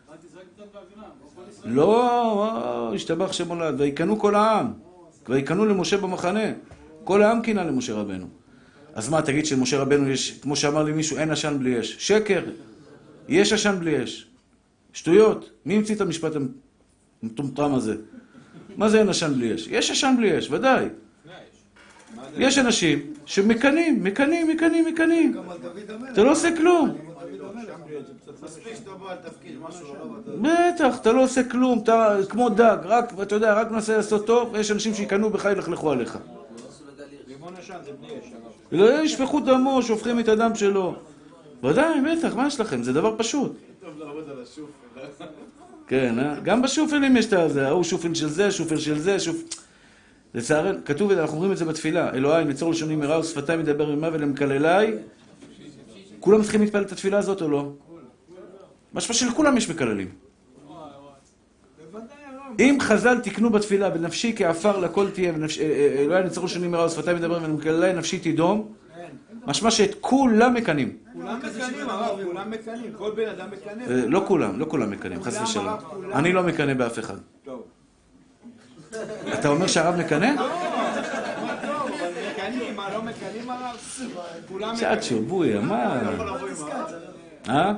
Speaker 1: לא, השתבח שם הולד, ויקנו כל העם. ויקנו למשה במחנה. כל העם קינה למשה רבנו. אז מה, תגיד שלמשה רבנו יש, כמו שאמר לי מישהו, אין עשן בלי אש. שקר. יש עשן בלי אש. שטויות. מי המציא את המשפט המטומטם הזה? מה זה אין עשן בלי אש? יש עשן בלי אש, ודאי. יש אנשים שמקנים, מקנים, מקנים, מקנים. אתה לא עושה כלום.
Speaker 2: מספיק שאתה בא על תפקיד, משהו לא...
Speaker 1: בטח, אתה לא עושה כלום, אתה כמו דג, רק, אתה יודע, רק מנסה לעשות טוב, ויש אנשים שיקנו בך, ילכלכו עליך.
Speaker 5: רימון עשן זה בלי אש.
Speaker 1: לא ישפכו דמו, שופכים את הדם שלו. ודאי, בטח, מה יש לכם? זה דבר פשוט.
Speaker 2: טוב לעבוד על השופל.
Speaker 1: כן, אה? גם בשופלים יש את זה, ההוא שופל של זה, שופל של זה, שופל... לצערנו, כתוב, אנחנו אומרים את זה בתפילה, אלוהי, נצור לשוני מרע ושפתיי מדבר ממה ולמקלליי. כולם צריכים להתפלל את התפילה הזאת או לא? משמע של כולם יש מקללים. אם חז"ל תקנו בתפילה, בנפשי כעפר לכל תהיה, אלוהי נצור לשוני מרע ושפתיי מדבר ולמקלליי, נפשי תדום, משמע שאת כולם מקנים.
Speaker 5: כולם מקנים, הרב, כולם מקנים, כל בן אדם מקנה.
Speaker 1: לא כולם, לא כולם מקנים, חס ושלום. אני לא מקנה באף אחד.
Speaker 5: טוב.
Speaker 1: אתה אומר שהרב מקנה?
Speaker 5: לא, מה טוב, אבל מקנים, מה לא מקנים הרב? כולם מקנים.
Speaker 1: שעד שבוי, מה? אה?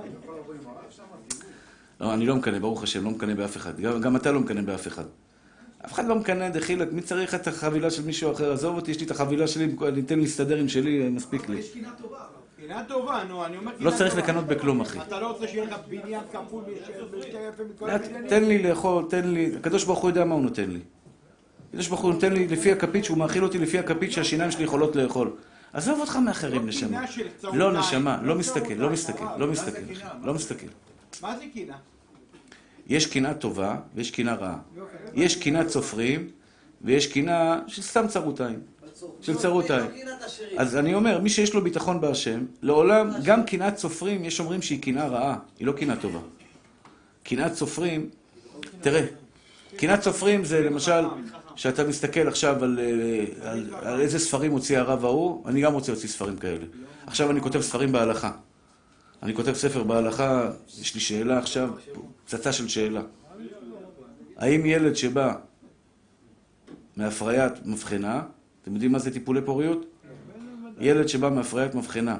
Speaker 1: לא, אני לא מקנה, ברוך השם, לא מקנה באף אחד. גם אתה לא מקנה באף אחד. אף אחד לא מקנה, דחילק, מי צריך את החבילה של מישהו אחר? עזוב אותי, יש לי את החבילה שלי, ניתן להסתדר עם שלי, מספיק לי.
Speaker 5: יש קינה טובה. קינה טובה, נו, אני אומר קינה
Speaker 1: לא
Speaker 5: טובה.
Speaker 1: צריך לקנות בכלום, אחי.
Speaker 5: אתה לא רוצה שיהיה לך בניין כפול בשתי יפה מכל הבניינים?
Speaker 1: תן לי לאכול, תן לי, הקדוש ברוך הוא יודע מה הוא נותן לי. הקדוש ברוך הוא נותן לי לפי הכפית, שהוא מאכיל אותי לפי הכפית שהשיניים שלי יכולות לאכול. עזוב אותך מאחרים, נשמה. לא, נשמה, לא מסתכל, לא מסתכל, לא מסתכל, לא מסתכל.
Speaker 5: מה זה קינה?
Speaker 1: יש קינה טובה ויש קינה רעה. יש קינת סופרים ויש קינה של סתם צרותיים. של צרותיים. אז אני אומר, מי שיש לו ביטחון בהשם, לעולם, גם קינת סופרים, יש אומרים שהיא קינה רעה, היא לא קינה טובה. קינת סופרים, תראה, קינת סופרים זה למשל, שאתה מסתכל עכשיו על, על, על איזה ספרים הוציא הרב ההוא, אני גם רוצה להוציא ספרים כאלה. עכשיו אני כותב ספרים בהלכה. אני כותב ספר בהלכה, יש לי שאלה עכשיו, פצצה של שאלה. האם ילד שבא מהפריית מבחנה, אתם יודעים מה זה טיפולי פוריות? ילד שבא מהפריית מבחנה.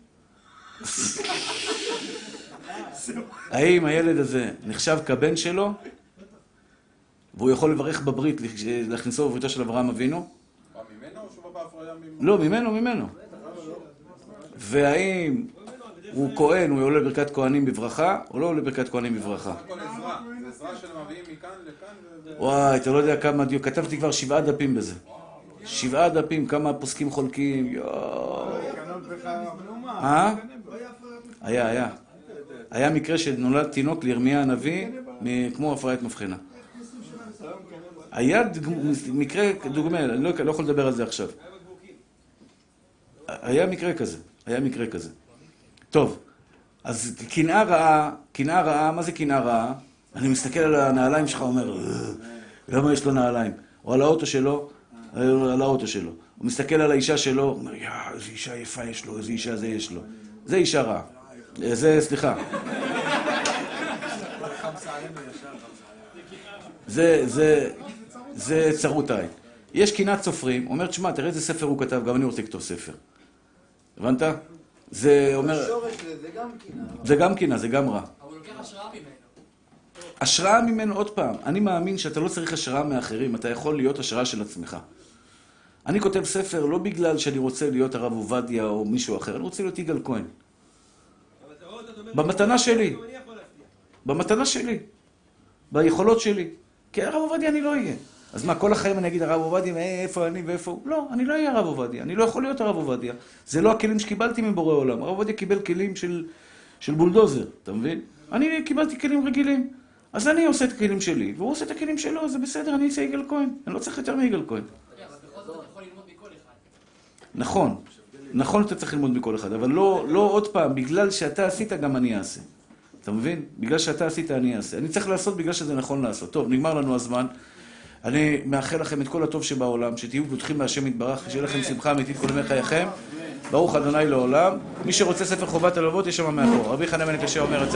Speaker 1: האם הילד הזה נחשב כבן שלו, והוא יכול לברך בברית, להכניסו בבריתו של אברהם אבינו?
Speaker 7: ממנו או שהוא בא בהפריה ממנו?
Speaker 1: לא, ממנו, ממנו. והאם הוא כהן, הוא עולה לברכת כהנים בברכה, או לא עולה לברכת כהנים בברכה?
Speaker 7: זה הכל עזרה, זה עזרה של מביאים מכאן לכאן ו...
Speaker 1: וואי, אתה לא יודע כמה דיוק, כתבתי כבר שבעה דפים בזה. שבעה דפים, כמה פוסקים חולקים, יואו. אה? היה, היה. היה מקרה שנולד תינוק לירמיה הנביא, כמו הפריית מבחנה. היה מקרה, דוגמה, אני לא יכול לדבר על זה עכשיו. היה מקרה כזה, היה מקרה כזה. טוב, אז קנאה רעה, קנאה רעה, מה זה קנאה רעה? אני מסתכל על הנעליים שלך, אומר, למה יש לו נעליים? או על האוטו שלו, על האוטו שלו. הוא מסתכל על האישה שלו, אומר, יא, איזו אישה יפה יש לו, איזו אישה זה יש לו. זה אישה רעה. זה, סליחה. זה, זה, זה צרות עין. יש קנאת סופרים, אומר, תשמע, תראה איזה ספר הוא כתב, גם אני רוצה לכתוב ספר. הבנת? זה אומר...
Speaker 6: השורש זה גם קנאה.
Speaker 1: זה גם קנאה, זה גם רע.
Speaker 4: אבל הוא לוקח השראה ממנו.
Speaker 1: השראה ממנו, עוד פעם, אני מאמין שאתה לא צריך השראה מאחרים, אתה יכול להיות השראה של עצמך. אני כותב ספר לא בגלל שאני רוצה להיות הרב עובדיה או מישהו אחר, אני רוצה להיות יגאל כהן. במתנה שלי. במתנה שלי. ביכולות שלי. כי הרב עובדיה אני לא אהיה. אז מה, כל החיים אני אגיד הרב עובדיה, איפה אני ואיפה הוא? לא, אני לא אהיה הרב עובדיה. אני לא יכול להיות הרב עובדיה. זה לא הכלים שקיבלתי מבורא עולם. הרב עובדיה קיבל כלים של, של בולדוזר, אתה מבין? אני קיבלתי כלים רגילים. אז אני עושה את הכלים שלי, והוא עושה את הכלים שלו, זה בסדר, אני אעשה יגאל כהן. אני לא צריך יותר מיגאל כהן.
Speaker 4: אבל בכל זאת אתה יכול ללמוד מכל אחד.
Speaker 1: נכון. נכון אתה צריך ללמוד מכל אחד, אבל לא, לא עוד פעם, בגלל שאתה עשית גם אני אעשה. אתה מבין? בגלל שאתה עשית אני אעשה. אני צריך לעשות בגלל שזה נכון לעשות. טוב, נגמר לנו הזמן. אני מאחל לכם את כל הטוב שבעולם, שתהיו בטוחים בהשם יתברך, שיהיה לכם שמחה אמיתית כל ימי חייכם. ברוך אדוני לעולם. מי שרוצה ספר חובת הלבבות, יש שם מאחור. רבי חנן בן עקשיא אומר,